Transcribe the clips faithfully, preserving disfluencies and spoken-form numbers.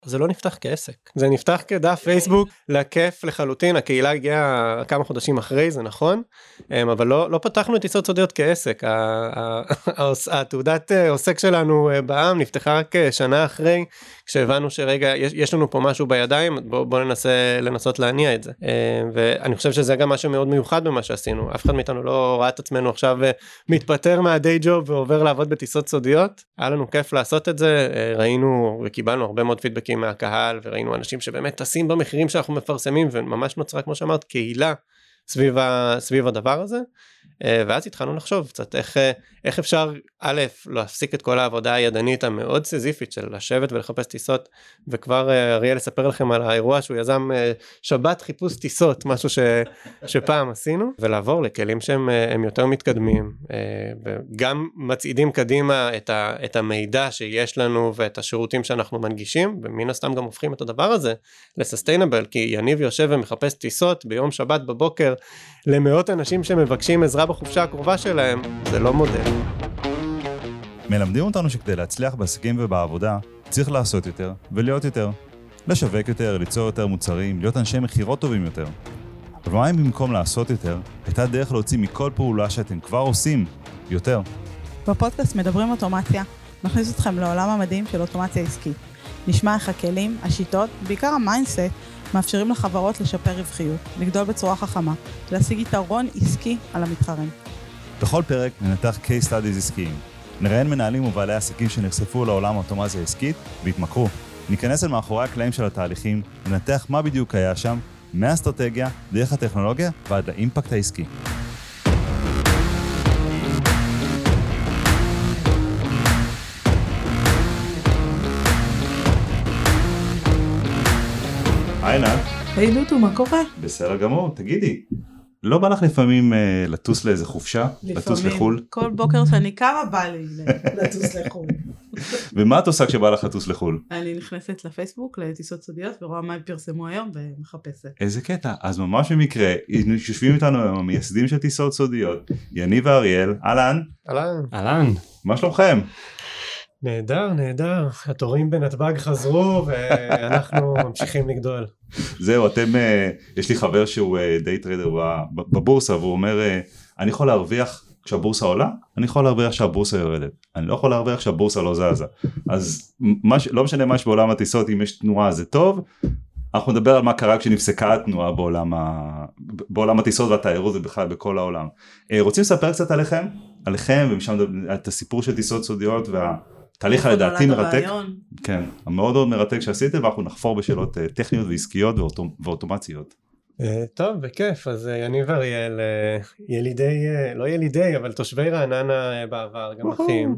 זה לא נפתח כעסק, זה נפתח כדף פייסבוק, לכיף לחלוטין, הקהילה הגיעה כמה חודשים אחרי, זה נכון, אבל לא, לא פתחנו את טיסות סודיות כעסק, התעודת עוסק שלנו בעם נפתחה רק שנה אחרי, כשהבנו שרגע, יש, יש לנו פה משהו בידיים, בוא, בוא ננסה לנסות להניע את זה, ואני חושב שזה גם משהו מאוד מיוחד במה שעשינו, אף אחד מאיתנו לא ראה את עצמנו עכשיו מתפטר מהדיי ג'וב ועובר לעבוד בטיסות סודיות, היה לנו כיף לעשות את זה, ראינו וקיבלנו הרבה מאוד פידבקים מהקהל, וראינו אנשים שבאמת טסים במחירים שאנחנו מפרסמים, וממש נוצרה, כמו שאמרת, קהילה סביב, ה, סביב הדבר הזה, ואז התחלנו לחשוב קצת איך, איך אפשר, א', להפסיק את כל העבודה הידנית המאוד סיזיפית של לשבת ולחפש טיסות, וכבר אריאל לספר לכם על האירוע שהוא יזם שבת חיפוש טיסות, משהו ש, שפעם עשינו, ולעבור לכלים שהם הם יותר מתקדמים, וגם מצעידים קדימה את, ה, את המידע שיש לנו ואת השירותים שאנחנו מנגישים, ומן הסתם גם הופכים את הדבר הזה לסוסטיינבל, כי יניב יושב ומחפש טיסות ביום שבת בבוקר, למאות אנשים שמבקשים עזרה בחופשה הקרובה שלהם, זה לא מודל. מלמדים אותנו שכדי להצליח בעסקים ובעבודה, צריך לעשות יותר ולהיות יותר. לשווק יותר, ליצור יותר מוצרים, להיות אנשי מחירות טובים יותר. אבל מה אם במקום לעשות יותר, הייתה דרך להוציא מכל פעולה שאתם כבר עושים יותר? בפודקאסט מדברים אוטומציה, נכניס אתכם לעולם המדהים של אוטומציה עסקית. נשמע איך הכלים, השיטות, בעיקר המיינדסט, מאפשרים לחברות לשפר רווחיות, לגדול בצורה חכמה, להשיג יתרון עסקי על המתחרים. בכל פרק ננתח case studies עסקיים. נראיין מנהלים ובעלי עסקים שנחשפו לעולם האוטומציה העסקית והתמכרו. ניכנס אל מאחורי הקלעים של התהליכים, ננתח מה בדיוק היה שם, מהאסטרטגיה, דרך הטכנולוגיה ועד לאימפקט העסקי. היי נא. היי דודו, מה קורה? בסדר גמור, תגידי. לא בא לך לפעמים אה, לטוס לאיזה חופשה? לטוס לחול? כל בוקר שאני קמה בא לי לטוס לחול. ומה את עושה כשבא לך לטוס לחול? אני נכנסת לפייסבוק, לטיסות סודיות, ורואה מה פרסמו היום ומחפשת. איזה קטע, אז ממש במקרה, יושבים איתנו המייסדים של טיסות סודיות, יניב ואריאל, אהלן. אהלן. אהלן. מה שלומכם? נהדר, נהדר, התורים בנתב"ג חזרו ואנחנו ממשיכים לגדול. זהו, אתם, יש לי חבר שהוא דיי טריידר בבורסה, והוא אומר, אני יכול להרוויח כשהבורסה עולה, אני יכול להרוויח כשהבורסה יורדת, אני לא יכול להרוויח כשהבורסה לא זזה. אז לא משנה מה שבעולם הטיסות, אם יש תנועה זה טוב, אנחנו נדבר על מה קרה כשנפסקה התנועה בעולם, ה... בעולם הטיסות והתיירות ובכלל בכל העולם. רוצים לספר קצת עליכם? עליכם ומשם את הסיפור של טיסות סודיות וה... תהליך לדעתי מרתק, כן, המאוד מאוד מרתק שעשיתם, ואנחנו נחפור בשאלות טכניות ועסקיות ואוטומציות. טוב, בכיף, אז יניב ואריאל, ילידי, לא ילידי, אבל תושבי רעננה בעבר, גם אחים,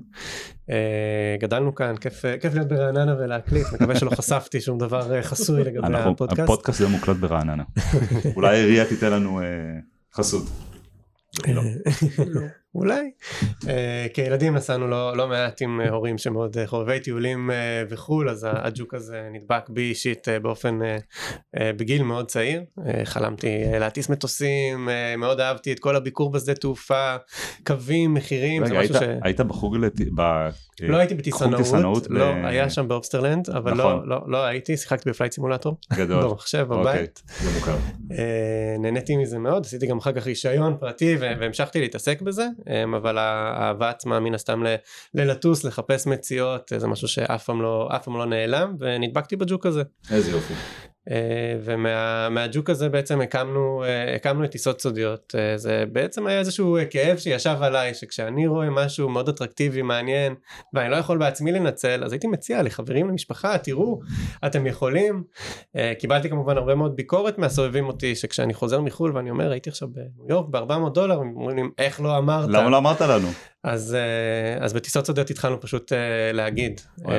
גדלנו כאן, כיף להיות ברעננה ולהקליט, מקווה שלא חשפתי שום דבר חסוי לגבי הפודקאסט. הפודקאסט זה מוקלט ברעננה, אולי העירייה תיתן לנו חסות. לא. אולי. כילדים נסענו לא מעט עם הורים שמאוד חובבי טיולים וחול, אז הג'וק הזה נדבק בי אישית באופן, בגיל מאוד צעיר. חלמתי להטיס מטוסים, מאוד אהבתי את כל הביקור בשדה תעופה, קווים, מחירים, זה משהו ש... היית בחוג ב... לא הייתי בטיסנאות, לא, היה שם באובסטרלנד, אבל לא הייתי, שיחקתי בפלייט סימולטור. גדול. במחשב, בבית. זה מוכר. נהניתי מזה מאוד, עשיתי גם אחר כך רישיון פרטי והמשכתי להתעסק בזה. אבל האהבה עצמה מן הסתם ללטוס, לחפש מציאות, זה משהו שאף פעם לא, אף פעם לא נעלם, ונדבקתי בג'וק הזה. איזה יופי. ומהג'וק הזה בעצם הקמנו, הקמנו את טיסות סודיות. זה בעצם היה איזשהו כאב שישב עליי, שכשאני רואה משהו מאוד אטרקטיבי, מעניין, ואני לא יכול בעצמי לנצל, אז הייתי מציע לחברים, למשפחה, תראו, אתם יכולים. קיבלתי כמובן הרבה מאוד ביקורת מהסובבים אותי, שכשאני חוזר מחול ואני אומר, הייתי עכשיו בניו יורק ב-ארבע מאות דולר, הם אומרים, איך לא אמרת? למה לא אמרת לנו? אז, אז בטיסות סודיות התחלנו פשוט להגיד,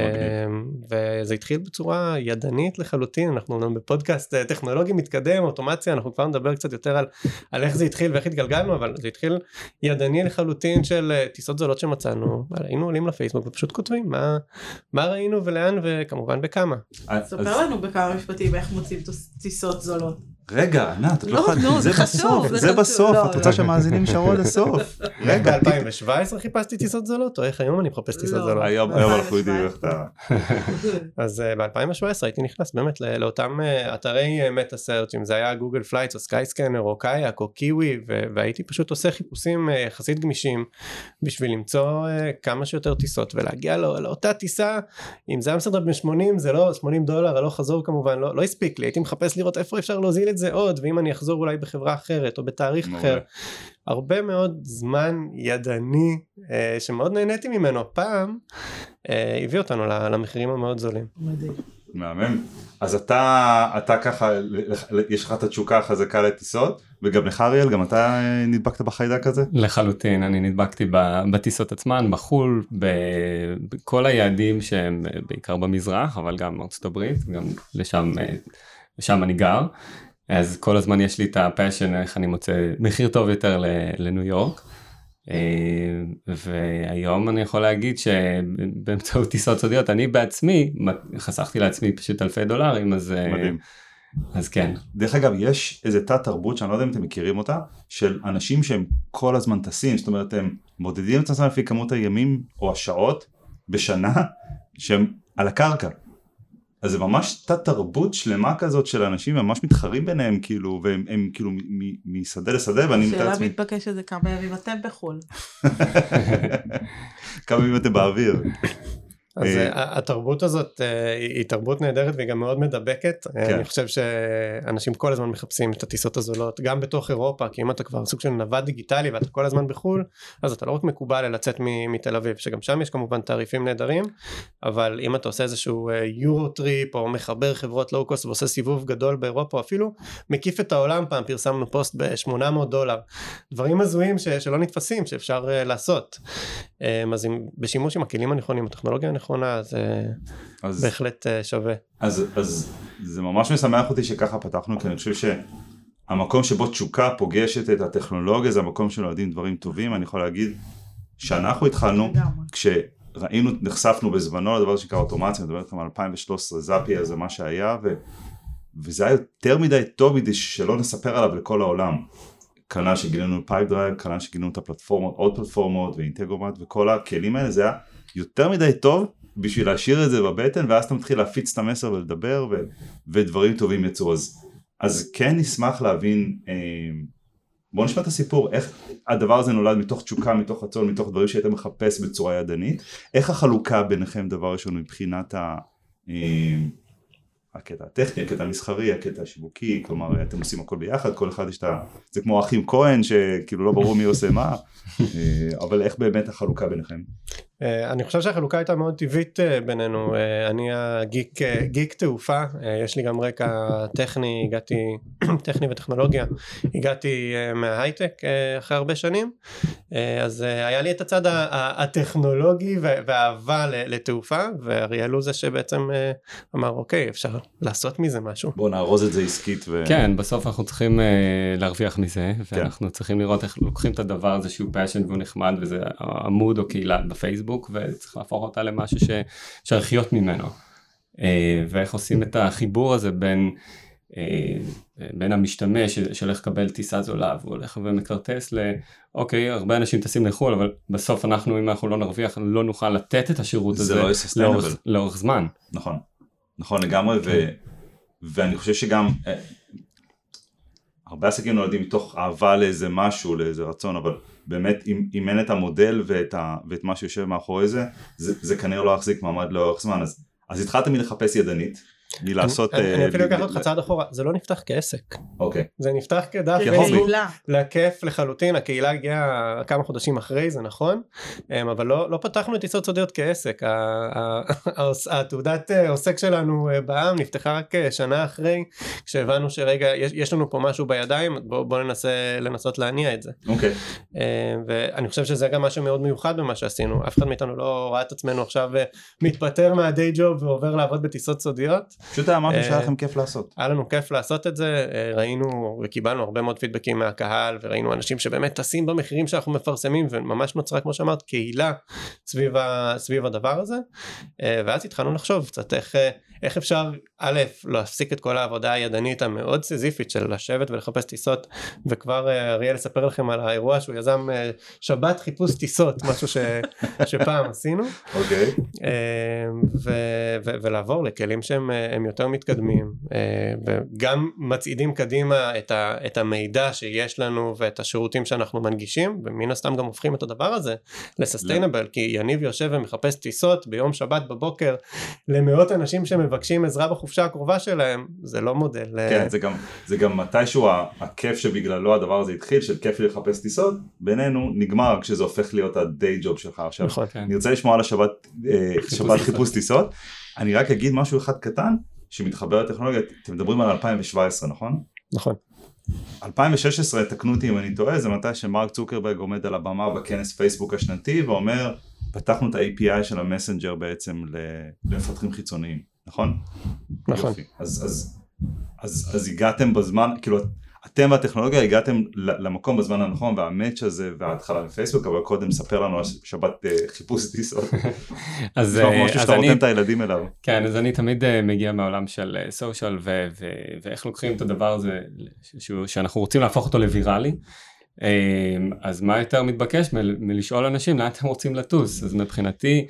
וזה התחיל בצורה ידנית לחלוטין, אנחנו בפודקאסט טכנולוגי מתקדם, אוטומציה, אנחנו כבר נדבר קצת יותר על, על איך זה התחיל ואיך התגלגלנו, אבל זה התחיל ידני לחלוטין של טיסות זולות שמצאנו, היינו עולים לפייסבוק ופשוט כותבים מה, מה ראינו ולאן וכמובן בכמה. ספר לנו בכמה משפטים איך מוצאים טיסות זולות. רגע, ענת, לא, נו, זה חשוב, זה בסוף, את רוצה שהמאזינים נשארו עד הסוף. רגע, ב-אלפיים שבע עשרה חיפשתי טיסות זולות, או איך היום אני מחפש טיסות זולות? היום אנחנו יודעים איך אתה... אז ב-אלפיים שבע עשרה הייתי נכנס באמת לאותם אתרי מטה סרצ' אם זה היה גוגל פלייטס או סקייסקנר או קאייק או קיווי, והייתי פשוט עושה חיפושים יחסית גמישים בשביל למצוא כמה שיותר טיסות ולהגיע לאותה טיסה. אם זה אמסטרדם ב-שמונים, זה לא שמונים דולר, הלוך חזור כמובן, לא הספיק לי, הייתי מחפש לראות איפה אפשר להוזיל את זה עוד, ואם אני אחזור אולי בחברה אחרת או בתאריך אחר. הרבה מאוד זמן ידני שמאוד נהניתי ממנו פעם, הביא אותנו למחירים המאוד זולים. מהמם. אז אתה, אתה ככה, יש לך את התשוקה החזקה לטיסות, וגם לך אריאל, גם אתה נדבקת בחיידק הזה? לחלוטין, אני נדבקתי בטיסות עצמן, בחול, בכל היעדים שהם בעיקר במזרח, אבל גם ארצות הברית, גם לשם, לשם אני גר. אז כל הזמן יש לי את הפשן, איך אני מוצא מחיר טוב יותר לניו יורק. והיום אני יכול להגיד שבאמצעות טיסות סודיות, אני בעצמי, חסכתי לעצמי פשוט אלפי דולרים, אז... מדהים. אז כן. דרך אגב, יש איזה תת תרבות שאני לא יודע אם אתם מכירים אותה, של אנשים שהם כל הזמן טסים, זאת אומרת, הם מודדים את עצמם לפי כמות הימים או השעות בשנה, שהם על הקרקע. אז זה ממש תת תרבות שלמה כזאת של אנשים, ממש מתחרים ביניהם, כאילו, והם הם, כאילו משדה לשדה, ואני מתאר עצמי... שאלה מתבקשת זה כמה ימים אתם בחול. כמה ימים אתם באוויר. אז התרבות הזאת היא תרבות נהדרת והיא גם מאוד מדבקת. אני חושב שאנשים כל הזמן מחפשים את הטיסות הזולות, גם בתוך אירופה, כי אם אתה כבר סוג של נווד דיגיטלי ואתה כל הזמן בחול, אז אתה לא רק מקובל לצאת מתל אביב, שגם שם יש כמובן תעריפים נהדרים, אבל אם אתה עושה איזשהו יורו טריפ או מחבר חברות לואו קוסט ועושה סיבוב גדול באירופה, אפילו מקיף את העולם, פעם פרסמנו פוסט ב-שמונה מאות דולר, דברים הזויים שלא נתפסים, שאפשר לעשות. אז בשימוש עם הכלים הנכונים, הטכנולוגיה הנכונה, אז בהחלט שווה. אז, אז זה ממש משמח אותי שככה פתחנו, כי אני חושב שהמקום שבו תשוקה פוגשת את הטכנולוגיה, זה המקום שנולדים דברים טובים. אני יכול להגיד שאנחנו התחלנו, כשראינו, נחשפנו בזמנו לדבר שנקרא אוטומציה, מדבר לכם על אלפיים ושלוש עשרה, זאפיה זה מה שהיה, ו, וזה היה יותר מדי טוב מדי שלא נספר עליו לכל העולם. כנראה שגילינו פייפ דרייב, כנראה שגילינו את הפלטפורמות, עוד פלטפורמות ואינטגרומט וכל הכלים האלה, זה היה יותר מדי טוב בשביל להשאיר את זה בבטן, ואז אתה מתחיל להפיץ את המסר ולדבר, ו- ודברים טובים יצאו. אז, אז כן נשמח להבין, אה, בואו נשמע את הסיפור, איך הדבר הזה נולד מתוך תשוקה, מתוך רצון, מתוך דברים שהיית מחפש בצורה ידנית, איך החלוקה ביניכם דבר ראשון מבחינת ה... אה, הקטע הטכני, הקטע המסחרי, הקטע השיווקי, כלומר אתם עושים הכל ביחד, כל אחד יש את ה... זה כמו אחים כהן שכאילו לא ברור מי עושה מה, אבל איך באמת החלוקה ביניכם? אני חושב שהחלוקה הייתה מאוד טבעית בינינו, אני הגיק, גיק תעופה, יש לי גם רקע טכני, הגעתי, טכני וטכנולוגיה, הגעתי מההייטק אחרי הרבה שנים, אז היה לי את הצד הטכנולוגי והאהבה לתעופה, ואריאל הוא זה שבעצם אמר אוקיי, אפשר לעשות מזה משהו. בוא נארוז את זה עסקית. ו... כן, בסוף אנחנו צריכים להרוויח מזה, ואנחנו צריכים לראות איך לוקחים את הדבר הזה שהוא פאשן והוא נחמד, וזה עמוד או קהילה בפייסבוק, וצריך להפוך אותה למשהו שאפשר לחיות ממנו, ואיך עושים את החיבור הזה בין, בין המשתמש שהולך לקבל טיסה זולה, והוא הולך ומקרטס לאוקיי, הרבה אנשים טסים לחול, אבל בסוף אנחנו, אם אנחנו לא נרוויח, לא נוכל לתת את השירות הזה לא לאורך, לאורך זמן. נכון, נכון לגמרי, ו, ואני חושב שגם הרבה עסקים נולדים מתוך אהבה לאיזה משהו, לאיזה רצון, אבל באמת אם, אם אין את המודל ואת, ה, ואת מה שיושב מאחורי זה, זה, זה כנראה לא יחזיק מעמד לאורך זמן. אז, אז התחלתם מלחפש ידנית, מלעשות... אני, אני אפילו אקח אותך צעד אחורה, זה לא נפתח כעסק. אוקיי. זה נפתח כדף לכיף לחלוטין, הקהילה הגיעה כמה חודשים אחרי, זה נכון, אבל לא, לא פתחנו את טיסות סודיות כעסק, התעודת עוסק שלנו בעם נפתחה רק שנה אחרי, כשהבנו שרגע, יש, יש לנו פה משהו בידיים, בואו בוא ננסה לנסות להניע את זה. אוקיי. ואני חושב שזה גם משהו מאוד מיוחד במה שעשינו, אף אחד מאיתנו לא ראה את עצמנו עכשיו מתפטר מהדיי ג'וב ועובר לעבוד בטיסות סודיות. פשוט היה משהו שהיה לכם כיף לעשות. היה לנו כיף לעשות את זה, ראינו וקיבלנו הרבה מאוד פידבקים מהקהל, וראינו אנשים שבאמת טסים במחירים שאנחנו מפרסמים, וממש נוצרה, כמו שאמרת, קהילה סביב, ה, סביב הדבר הזה, ואז התחלנו לחשוב קצת איך, איך אפשר א', להפסיק את כל העבודה הידנית המאוד סיזיפית של לשבת ולחפש טיסות, וכבר אריאל לספר לכם על האירוע שהוא יזם שבת חיפוש טיסות, משהו ש, שפעם עשינו. אוקיי. ו, ו, ולעבור לכלים שהם הם יותר מתקדמים, וגם מצעידים קדימה את, ה, את המידע שיש לנו ואת השירותים שאנחנו מנגישים, ומן הסתם גם הופכים את הדבר הזה לססטיינבל, כי יניב יושב ומחפש טיסות ביום שבת בבוקר למאות אנשים שמבקשים עזרה בחופשה הקרובה שלהם, זה לא מודל. כן, זה גם, זה גם מתישהו הכיף שבגללו הדבר הזה התחיל, של כיף לי לחפש טיסות, בינינו נגמר כשזה הופך להיות הדיי ג'וב שלך. עכשיו, נכון. אני רוצה לשמוע על השבת, שבת חיפוש טיסות, אני רק אגיד משהו אחד קטן, שמתחבר לטכנולוגיה, אתם מדברים על אלפיים שבע עשרה, נכון? נכון. אלפיים ושש עשרה, תקנו אותי אם אני טועה, זה מתי שמרק צוקרברג עומד על הבמה בכנס פייסבוק השנתי, ואומר, פתחנו את ה-איי פי איי של המסנג'ר בעצם למפתחים חיצוניים, נכון? נכון. יופי. אז, אז, אז, אז הגעתם בזמן, כאילו, אתם והטכנולוגיה הגעתם למקום בזמן הנכון, והמאץ' הזה וההתחלה בפייסבוק, אבל קודם ספר לנו על שבת חיפוש טיסות. אז משהו שאתה רותם את הילדים אליו. כן, אז אני תמיד מגיע מהעולם של סושיאל, ואיך לוקחים את הדבר הזה, שאנחנו רוצים להפוך אותו לוויראלי, אז מה יותר מתבקש מלשאול אנשים לאן אתם רוצים לטוס? אז מבחינתי,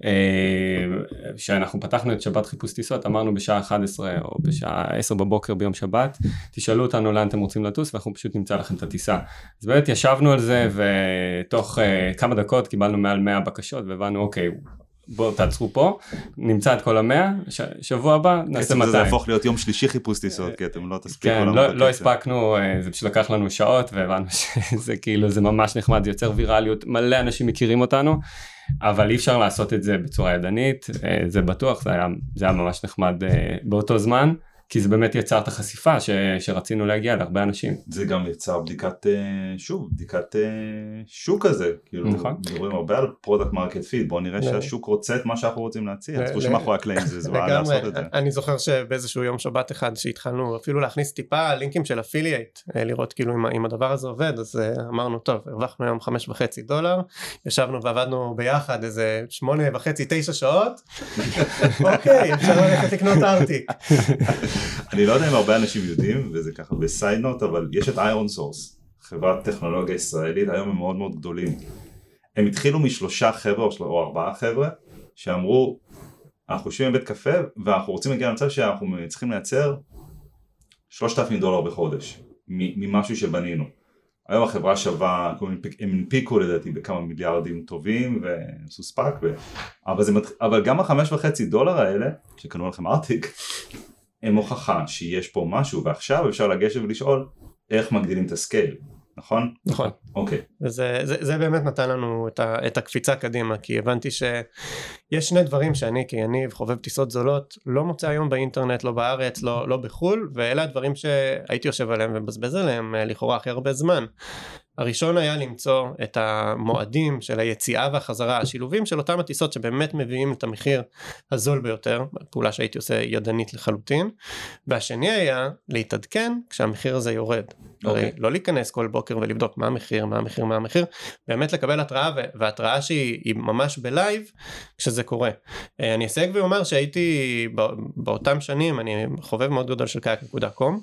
שאנחנו פתחנו את שבת חיפוש טיסות, אמרנו בשעה אחת עשרה או בשעה עשר בבוקר ביום שבת, תשאלו אותנו לאן אתם רוצים לטוס, ואנחנו פשוט נמצא לכם את הטיסה. אז באמת ישבנו על זה, ותוך כמה דקות קיבלנו מעל מאה בקשות, והבנו, אוקיי, בואו תעצרו פה, נמצא את כל המאה, ש... שבוע הבא נעשה מאתיים. זה יהפוך להיות יום שלישי חיפוש טיסות, כי אתם לא תספיקו. כן, לא, לא הספקנו, זה פשוט לקח לנו שעות, והבנו שזה כאילו, זה ממש נחמד, זה יוצר ויראליות, מלא אנשים מכירים אותנו, אבל אי אפשר לעשות את זה בצורה ידנית, זה בטוח, זה היה, זה היה ממש נחמד באותו זמן, כי זה באמת יצר את החשיפה ש, שרצינו להגיע להרבה אנשים. זה גם יצר בדיקת, שוב, בדיקת שוק הזה, כאילו, נכון. מדברים הרבה על פרודקט מרקט פיט, בואו נראה שהשוק רוצה את מה שאנחנו רוצים להציע, אז חושבים מאחורי הקלעים, זה זמן לעשות את זה. אני זוכר שבאיזשהו יום שבת אחד שהתחלנו אפילו להכניס טיפה לינקים של אפילייט, לראות כאילו אם הדבר הזה עובד, אז אמרנו, טוב, הרווחנו היום חמש וחצי דולר, ישבנו ועבדנו ביחד איזה שמונה וחצי, תשע שעות, אוקיי, אפשר ללכת לקנות ארטיק. אני לא יודע אם הרבה אנשים יודעים, וזה ככה בסייד נוט, אבל יש את איירון סורס, חברת טכנולוגיה ישראלית, היום הם מאוד מאוד גדולים. הם התחילו משלושה חבר'ה או ארבעה חבר'ה, שאמרו, אנחנו יושבים בבית קפה, ואנחנו רוצים להגיע למצב שאנחנו צריכים לייצר שלושת אלפים דולר בחודש, ממשהו שבנינו. היום החברה שווה, הם הנפיקו לדעתי בכמה מיליארדים טובים, וסוספק, ו... אבל, זה, אבל גם החמש וחצי דולר האלה, שקנו לכם ארטיק, הם הוכחה שיש פה משהו, ועכשיו אפשר לגשת ולשאול איך מגדילים את הסקייל, נכון? נכון. אוקיי. וזה, זה, זה באמת נתן לנו את, ה, את הקפיצה קדימה, כי הבנתי שיש שני דברים שאני כיניב חובב טיסות זולות, לא מוצא היום באינטרנט, לא בארץ, לא, לא בחול, ואלה הדברים שהייתי יושב עליהם ובזבז עליהם לכאורה הכי הרבה זמן. הראשון היה למצוא את המועדים של היציאה והחזרה, השילובים של אותם הטיסות שבאמת מביאים את המחיר הזול ביותר, פעולה שהייתי עושה ידנית לחלוטין, והשני היה להתעדכן כשהמחיר הזה יורד. Okay. הרי לא להיכנס כל בוקר ולבדוק מה המחיר, מה המחיר, מה המחיר, באמת לקבל התראה, והתראה שהיא ממש בלייב כשזה קורה. אני אסייג ואומר שהייתי באותם שנים, אני חובב מאוד גדול של קיאק נקודה קום,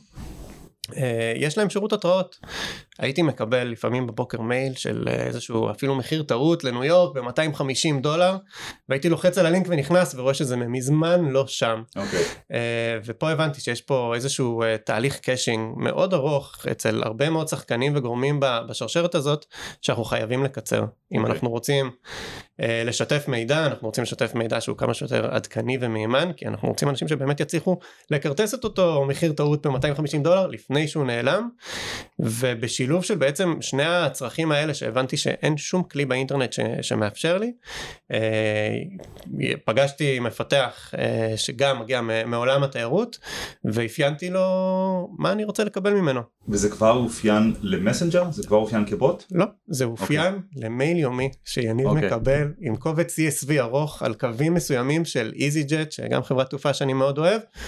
יש להם שירות התראות, הייתי מקבל לפעמים בבוקר מייל של איזשהו אפילו מחיר טעות לניו יורק ב-מאתיים וחמישים דולר, והייתי לוחץ על הלינק ונכנס ורואה שזה מזמן לא שם. Okay. ופה הבנתי שיש פה איזשהו תהליך קאשינג מאוד ארוך אצל הרבה מאוד שחקנים וגורמים בשרשרת הזאת שאנחנו חייבים לקצר. Okay. אם אנחנו רוצים לשתף מידע, אנחנו רוצים לשתף מידע שהוא כמה שיותר עדכני ומהימן, כי אנחנו רוצים אנשים שבאמת יצליחו לקרטס את אותו מחיר טעות ב-מאתיים וחמישים דולר לפני שהוא נעלם, ובשילוב של בעצם שני הצרכים האלה שהבנתי שאין שום כלי באינטרנט ש, שמאפשר לי, פגשתי מפתח שגם מגיע מעולם התיירות, ואפיינתי לו מה אני רוצה לקבל ממנו. וזה כבר אופיין למסנג'ר? זה כבר אופיין כבוט? לא, זה אופיין okay. למייל יומי שיניב okay. מקבל עם קובץ סי אס וי ארוך על קווים מסוימים של EasyJet, שגם חברת תעופה שאני מאוד אוהב,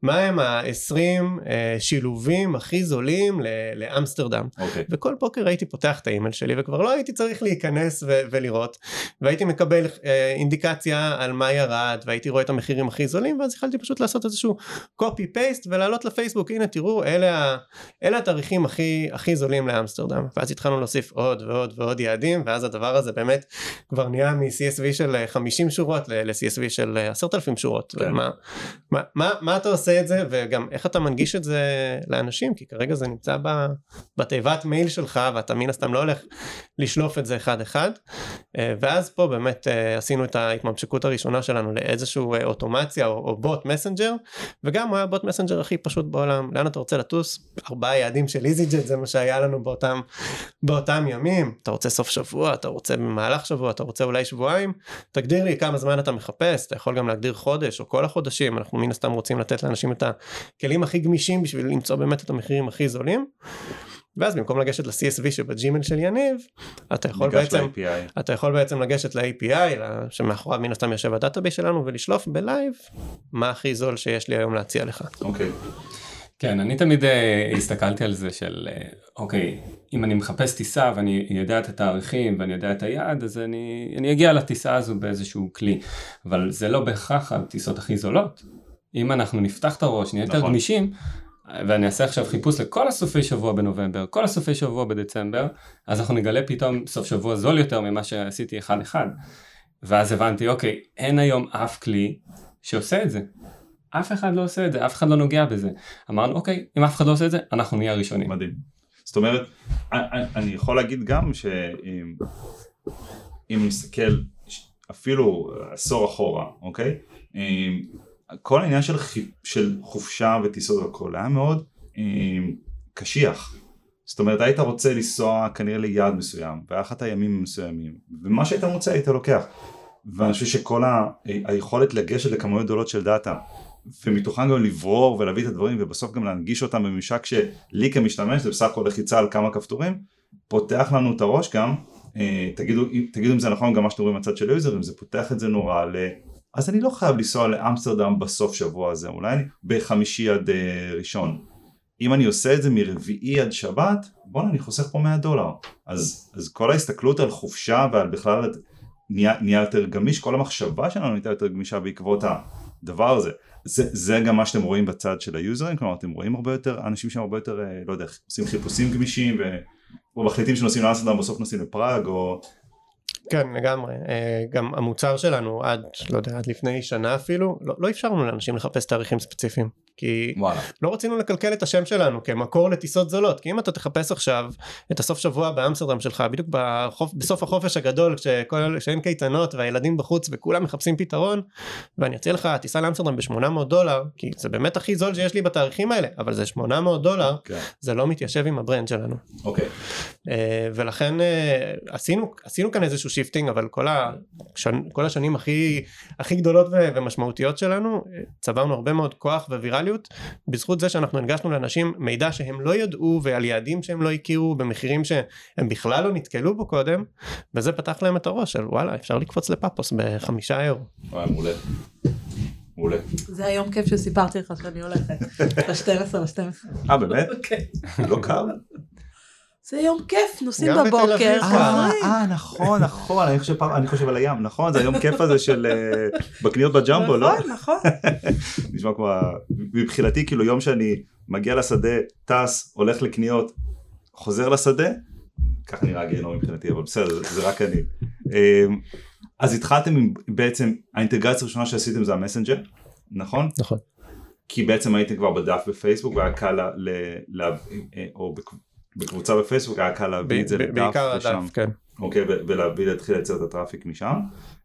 מה הם ה-עשרים שילובים הכי זולים לאמסטרדם. אוקיי. וכל בוקר הייתי פותח את האימייל שלי, וכבר לא הייתי צריך להיכנס ו- ולראות, והייתי מקבל אינדיקציה על מה ירד, והייתי רואה את המחירים הכי זולים, ואז יכלתי פשוט לעשות איזשהו copy-paste, ולעלות לפייסבוק, הנה תראו, אלה, ה- אלה התאריכים הכי, הכי זולים לאמסטרדם. ואז התחלנו להוסיף עוד ועוד ועוד יעדים, ואז הדבר הזה באמת כבר נהיה מ-סי אס וי של חמישים שורות ל-סי אס וי של עשרת אלפים שורות. כן. מה, מה, מה, מה אתה עושה את זה, וגם איך אתה מנגיש את זה לאנשים, כי כרגע זה נמצא ב, בתיבת מייל שלך, ואתה מן הסתם לא הולך לשלוף את זה אחד אחד, ואז פה באמת עשינו את ההתממשקות הראשונה שלנו לאיזשהו אוטומציה או, או בוט מסנג'ר, וגם הוא היה בוט מסנג'ר הכי פשוט בעולם. לאן אתה רוצה לטוס? ארבעה יעדים של איזיג'ט, זה מה שהיה לנו באותם, באותם ימים. אתה רוצה סוף שבוע, אתה רוצה במהלך שבוע, אתה רוצה אולי שבועיים, תגדיר לי כמה זמן אתה מחפש, אתה יכול גם להגדיר חודש או כל החודשים, אנחנו מן הסתם רוצים לתת לאנשים את הכלים הכי גמישים בשביל למצוא באמת את המחירים הכי זולים, ואז במקום לגשת ל-סי אס וי שבג'ימייל של יניב, אתה יכול בעצם, אתה יכול בעצם לגשת ל-איי פי איי, שמאחוריו מן הסתם יושב הדאטאבייס שלנו, ולשלוף בלייב מה הכי זול שיש לי היום להציע לך. אוקיי. כן, אני תמיד הסתכלתי על זה של, אוקיי, אם אני מחפש טיסה ואני יודע את התאריכים ואני יודע את היעד, אז אני, אני אגיע לטיסה הזו באיזשהו כלי, אבל זה לא בהכרח הטיסות הכי זולות. אם אנחנו נפתח את הראש, נהיה יותר נכון. גמישים, ואני אעשה עכשיו חיפוש לכל הסופי שבוע בנובמבר, כל הסופי שבוע בדצמבר, אז אנחנו נגלה פתאום סוף שבוע זול יותר ממה שעשיתי אחד אחד. ואז הבנתי, אוקיי, אין היום אף כלי שעושה את זה. אף אחד לא עושה את זה, אף אחד לא נוגע בזה. אמרנו, אוקיי, אם אף אחד לא עושה את זה, אנחנו נהיה הראשונים. מדהים. זאת אומרת, אני, אני יכול להגיד גם שאם אם נסתכל אפילו עשור אחורה, אוקיי? כל העניין של, של חופשה וטיסות וכל היה מאוד קשיח. זאת אומרת, היית רוצה לנסוע כנראה ליעד מסוים, ואחת הימים מסוימים, ומה שהיית מוצא היית לוקח. ואני חושב שכל ה, היכולת לגשת לכמויות גדולות של דאטה, ומתוכן גם לברור ולהביא את הדברים, ובסוף גם להנגיש אותם בממשק שלי כמשתמש, זה בסך הכל לחיצה על כמה כפתורים, פותח לנו את הראש גם, תגידו, תגידו אם זה נכון גם מה שאתם רואים מצד של יוזרים, זה פותח את זה נורא ל... אז אני לא חייב לנסוע לאמסטרדם בסוף שבוע הזה, אולי אני בחמישי עד ראשון. אם אני עושה את זה מרביעי עד שבת, בוא אני חוסך פה מאה דולר. אז, אז כל ההסתכלות על חופשה ועל בכלל נהיה, נהיה יותר גמיש, כל המחשבה שלנו נהייתה יותר גמישה בעקבות הדבר הזה. זה, זה גם מה שאתם רואים בצד של היוזרים, כלומר אתם רואים הרבה יותר, אנשים שהם הרבה יותר, לא יודע, עושים חיפושים גמישים, או מחליטים שנוסעים לאמסטרדם בסוף נוסעים לפראג, או... כן, לגמרי. גם המוצר שלנו עד, לא יודע, עד לפני שנה אפילו, לא, לא אפשרנו לאנשים לחפש תאריכים ספציפיים, כי וואלה. לא רצינו לקלקל את השם שלנו כמקור לטיסות זולות, כי אם אתה תחפש עכשיו את הסוף שבוע באמסטרדם שלך, בדיוק בחופ, בסוף החופש הגדול, כשכל, כשאין קייטנות והילדים בחוץ וכולם מחפשים פתרון, ואני אציע לך טיסה לאמסטרדם ב-שמונה מאות דולר, כי זה באמת הכי זול שיש לי בתאריכים האלה, אבל זה שמונה מאות דולר, okay. זה לא מתיישב עם הברנד שלנו. אוקיי. Okay. ולכן עשינו, עשינו כאן איזשהו שיפטינג, אבל כל, השנ... כל השנים הכי, הכי גדולות ו... ומשמעותיות שלנו, צברנו הרבה מאוד כוח ווירליות, בזכות זה שאנחנו הנגשנו לאנשים מידע שהם לא ידעו, ועל יעדים שהם לא הכירו, במחירים שהם בכלל לא נתקלו בו קודם, וזה פתח להם את הראש של וואלה, אפשר לקפוץ לפאפוס בחמישה אירו. וואי, מעולה. מעולה. זה היום כיף שסיפרתי לך שאני הולכת, ב-שתים עשרה ב-שתים עשרה. אה, באמת? כן. לא קר? זה יום כיף, נוסעים בבוקר. אה, נכון, נכון, אני חושב על הים, נכון, זה היום כיף הזה של בקניות בג'מבו, לא? נכון, נכון. נשמע כמו, מבחינתי, כאילו יום שאני מגיע לשדה, טס, הולך לקניות, חוזר לשדה, ככה נראה גיהנום מבחינתי, אבל בסדר, זה רק אני. אז התחלתם בעצם, האינטגרציה הראשונה שעשיתם זה המסנג'ר, נכון? נכון. כי בעצם הייתם כבר בדף בפייסבוק, והיה קל או בקבוצה בפייסבוק היה קל להביא את זה לדף בעיקר הדף, כן. אוקיי, ולהביא להתחיל לייצר את הטראפיק משם.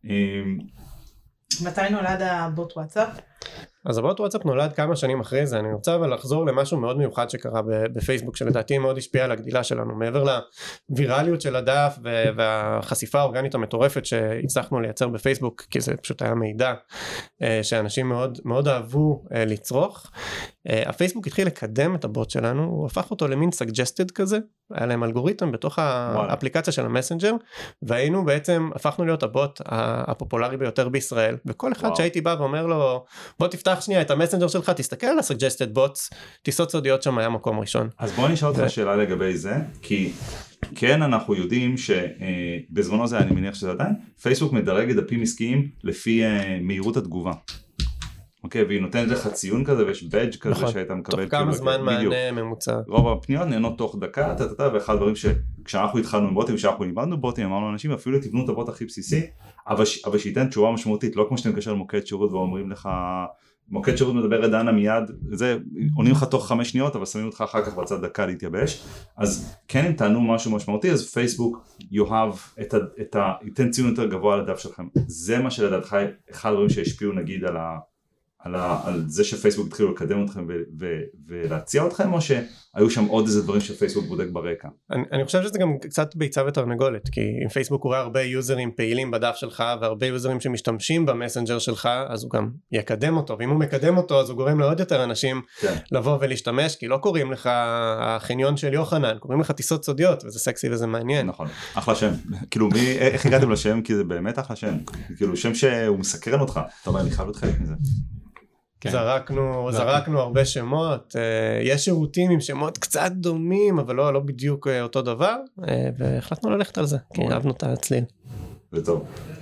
מתי נולד הבוט וואטסאפ? אז הבוט וואטסאפ נולד כמה שנים אחרי זה. אני רוצה אבל לחזור למשהו מאוד מיוחד שקרה בפייסבוק, שלדעתי מאוד השפיע על הגדילה שלנו, מעבר לווירליות של הדף והחשיפה האורגנית המטורפת שהצלחנו לייצר בפייסבוק, כי זה פשוט היה מידע שאנשים מאוד מאוד אהבו לצרוך. הפייסבוק התחיל לקדם את הבוט שלנו, הוא הפך אותו למין suggested כזה, היה להם אלגוריתם בתוך האפליקציה של המסנג'ר, והיינו בעצם, הפכנו להיות הבוט הפופולרי ביותר בישראל, וכל אחד שהייתי בא ואומר לו, בוא תפתח שנייה את המסנג'ר שלך, תסתכל על ה-suggested bots, טיסות סודיות שם היה מקום ראשון. אז בוא נשאל אותך שאלה לגבי זה, כי כן אנחנו יודעים שבזמנו זה, אני מניח שזה עדיין, פייסבוק מדרג את דפים עסקיים לפי מהירות התגובה. אוקיי, והיא נותנת לך ציון כזה, ויש בדג' כזה נכון, שאתה מקבל. תוך כמה זמן מענה ממוצע. רוב הפניות נהנות תוך דקה, תתתה, ואחד הדברים שכשאנחנו התחלנו עם בוטים, כשאנחנו לימדנו בוטים, אמרנו לאנשים, אפילו תבנו את הבוט הכי בסיסי, אבל, אבל שייתן תשובה משמעותית, לא כמו שאתם מתקשר למוקד שירות ואומרים לך, מוקד שירות מדבר את דנה מיד, זה, עונים לך תוך חמש שניות, אבל שמים אותך אחר כך בצד דקה להתייבש, אז כן אם תענו משהו משמעותי, אז פייסבוק יאהב את ה, את ה, ייתן ציון יותר גבוה על הדף שלכם. זה מה שלדעתך, אחד הדברים שהשפיעו נגיד על ה על, ה, על זה שפייסבוק התחילו לקדם אתכם ו, ו, ולהציע אתכם, או שהיו שם עוד איזה דברים שפייסבוק בודק ברקע? אני, אני חושב שזה גם קצת ביצה ותרנגולת, כי אם פייסבוק רואה הרבה יוזרים פעילים בדף שלך, והרבה יוזרים שמשתמשים במסנג'ר שלך, אז הוא גם יקדם אותו, ואם הוא מקדם אותו, אז הוא גורם לעוד יותר אנשים כן. לבוא ולהשתמש, כי לא קוראים לך החניון של יוחנן, קוראים לך טיסות סודיות, וזה סקסי וזה מעניין. נכון, אחלה שם. כאילו, מי, איך הגעתם לשם? כי זה באמת אחלה שם. כאילו, שם שהוא מסקרן אותך. אתה אומר, אני חייב להיות חלק מזה. כן. זרקנו, זרקנו הרבה שמות, יש שירותים עם שמות קצת דומים, אבל לא, לא בדיוק אותו דבר, והחלטנו ללכת על זה, כי אהבנו את הצליל. זה טוב.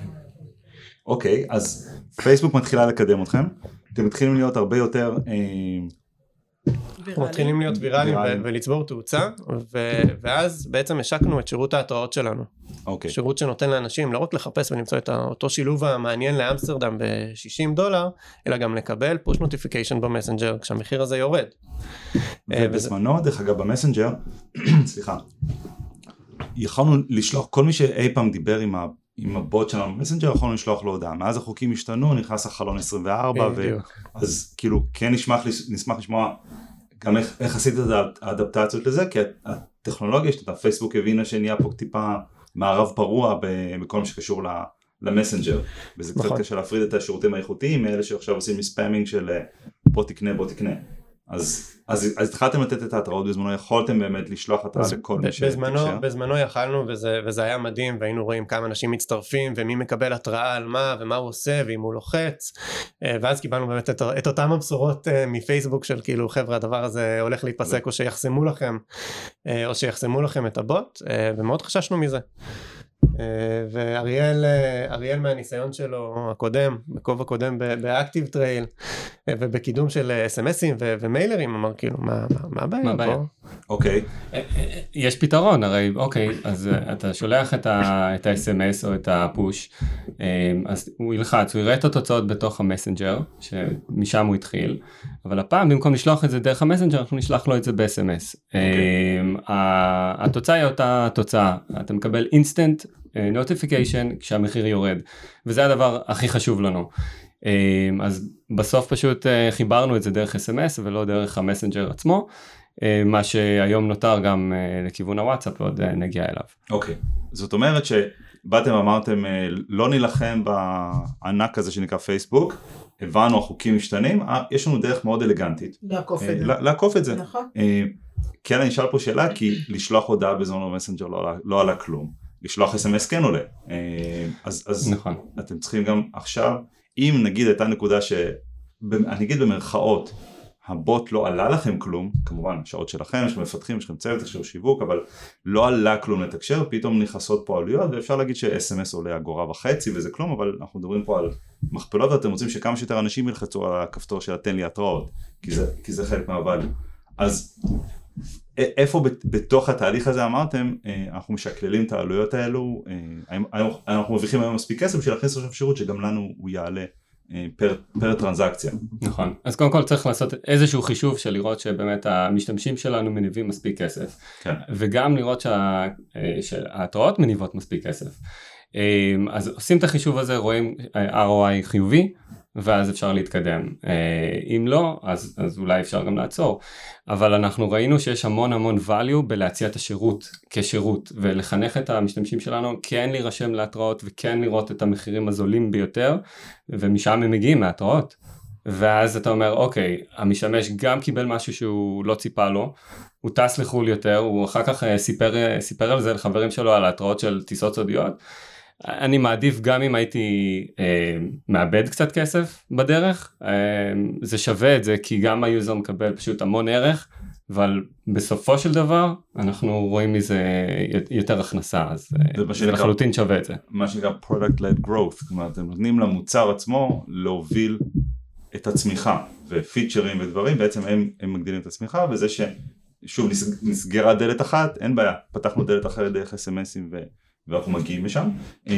אוקיי, אז פייסבוק מתחילה לקדם אתכם, אתם מתחילים להיות הרבה יותר... אנחנו מתחילים להיות ויראליים ולצבור תאוצה, ואז בעצם השקנו את שירות ההתראות שלנו. אוקיי. שירות שנותן לאנשים לא רק לחפש ולמצוא את אותו שילוב המעניין לאמסטרדם ב-שישים דולר, אלא גם לקבל פוש נוטיפיקיישן במסנג'ר, כשהמחיר הזה יורד. ובזמנו, דרך אגב, במסנג'ר, סליחה, יכולנו לשלוח, כל מי שאי פעם דיבר עם ה... עם הבוט שלנו במסנג'ר יכולנו לשלוח לו הודעה, מאז החוקים השתנו, נכנס החלון עשרים וארבע, אז כאילו כן נשמח, נשמח לשמוע גם איך, איך עשית את האדפטציות לזה, כי הטכנולוגיה שאתה, פייסבוק הבינה שנהיה פה טיפה מערב פרוע בכל מה שקשור למסנג'ר, וזה קצת קשה להפריד את השירותים האיכותיים, מאלה שעכשיו עושים מספאמינג של בוא תקנה, בוא תקנה. אז, אז, אז התחלתם לתת את ההתראות בזמנו, יכולתם באמת לשלוח אותה לכל מי שתקשר? בזמנו יכלנו, וזה, וזה היה מדהים, והיינו רואים כמה אנשים מצטרפים, ומי מקבל התראה על מה, ומה הוא עושה, ואם הוא לוחץ, ואז קיבלנו באמת את, את אותם הבשורות מפייסבוק של כאילו, חבר'ה, הדבר הזה הולך להיפסק, או שיחסמו לכם, או שיחסמו לכם את הבוט, ומאוד חששנו מזה. ואריאל אריאל מהניסיון שלו הקודם, בכובע קודם באקטיב טרייל ובקידום של אס-אם-אסים ומיילרים, אמר כאילו מה הבעיה? אוקיי, יש פתרון, הרי אוקיי, אז אתה שולח את ה-אס אם אס או את הפוש, אז הוא ילחץ, הוא יראה את התוצאות בתוך המסנג'ר, שמשם הוא התחיל, אבל הפעם במקום לשלוח את זה דרך המסנג'ר, אנחנו נשלח לו את זה ב-אס אם אס. התוצאה היא אותה תוצאה, אתה מקבל אינסטנט נוטיפיקיישן כשהמחיר יורד, וזה הדבר הכי חשוב לנו. אז בסוף פשוט חיברנו את זה דרך אס אם אס ולא דרך המסנג'ר עצמו, מה שהיום נותר גם לכיוון הוואטסאפ ועוד נגיע אליו. אוקיי, זאת אומרת שבאתם אמרתם לא נלחם בענק הזה שנקרא פייסבוק, הבנו החוקים משתנים, יש לנו דרך מאוד אלגנטית. לעקוף את זה. לעקוף את זה. נכון. כן, אני אשאל פה שאלה, כי לשלוח הודעה בזמנו במסנג'ר לא עלה כלום. לשלוח אס אם אס כן עולה. אז, אז נכון. אתם צריכים גם עכשיו, אם נגיד הייתה נקודה ש... אני אגיד במרכאות, הבוט לא עלה לכם כלום, כמובן, השעות שלכם, יש מפתחים, יש לכם צוות, יש לכם שיווק, אבל לא עלה כלום לתקשר, פתאום נכנסות פה עלויות, ואפשר להגיד ש-אס אם אס עולה אגורה וחצי וזה כלום, אבל אנחנו מדברים פה על מכפלות, ואתם רוצים שכמה שיותר אנשים ילחצו על הכפתור של תן לי התראות, כי זה, כי זה חלק מהvalue. אז איפה בתוך התהליך הזה אמרתם, אנחנו משקללים את העלויות האלו, אנחנו מרוויחים היום מספיק כסף בשביל להכניס עכשיו שירות שגם לנו הוא יעלה פר, פר טרנזקציה. נכון. אז קודם כל צריך לעשות איזשהו חישוב של לראות שבאמת המשתמשים שלנו מניבים מספיק כסף. כן. וגם לראות שה, שההתראות מניבות מספיק כסף. אז עושים את החישוב הזה, רואים אר או איי חיובי, ואז אפשר להתקדם. אם לא, אז, אז אולי אפשר גם לעצור. אבל אנחנו ראינו שיש המון המון value בלהציע את השירות כשירות, ולחנך את המשתמשים שלנו כן להירשם להתראות, וכן לראות את המחירים הזולים ביותר, ומשם הם מגיעים מהתראות. ואז אתה אומר, אוקיי, המשתמש גם קיבל משהו שהוא לא ציפה לו, הוא טס לחול יותר, הוא אחר כך סיפר, סיפר על זה לחברים שלו, על ההתראות של טיסות סודיות. אני מעדיף גם אם הייתי אה, מאבד קצת כסף בדרך, אה, זה שווה את זה, כי גם היוזר מקבל פשוט המון ערך, אבל בסופו של דבר אנחנו רואים מזה יותר הכנסה, אז זה, זה לחלוטין שווה את זה. מה שנקרא product-led growth, כלומר אתם נותנים למוצר עצמו להוביל את הצמיחה, ופיצ'רים ודברים, בעצם הם, הם מגדילים את הצמיחה, וזה ששוב נסגרה דלת אחת, אין בעיה, פתחנו דלת אחרת דרך אס אם אסים ו... ואנחנו מגיעים משם.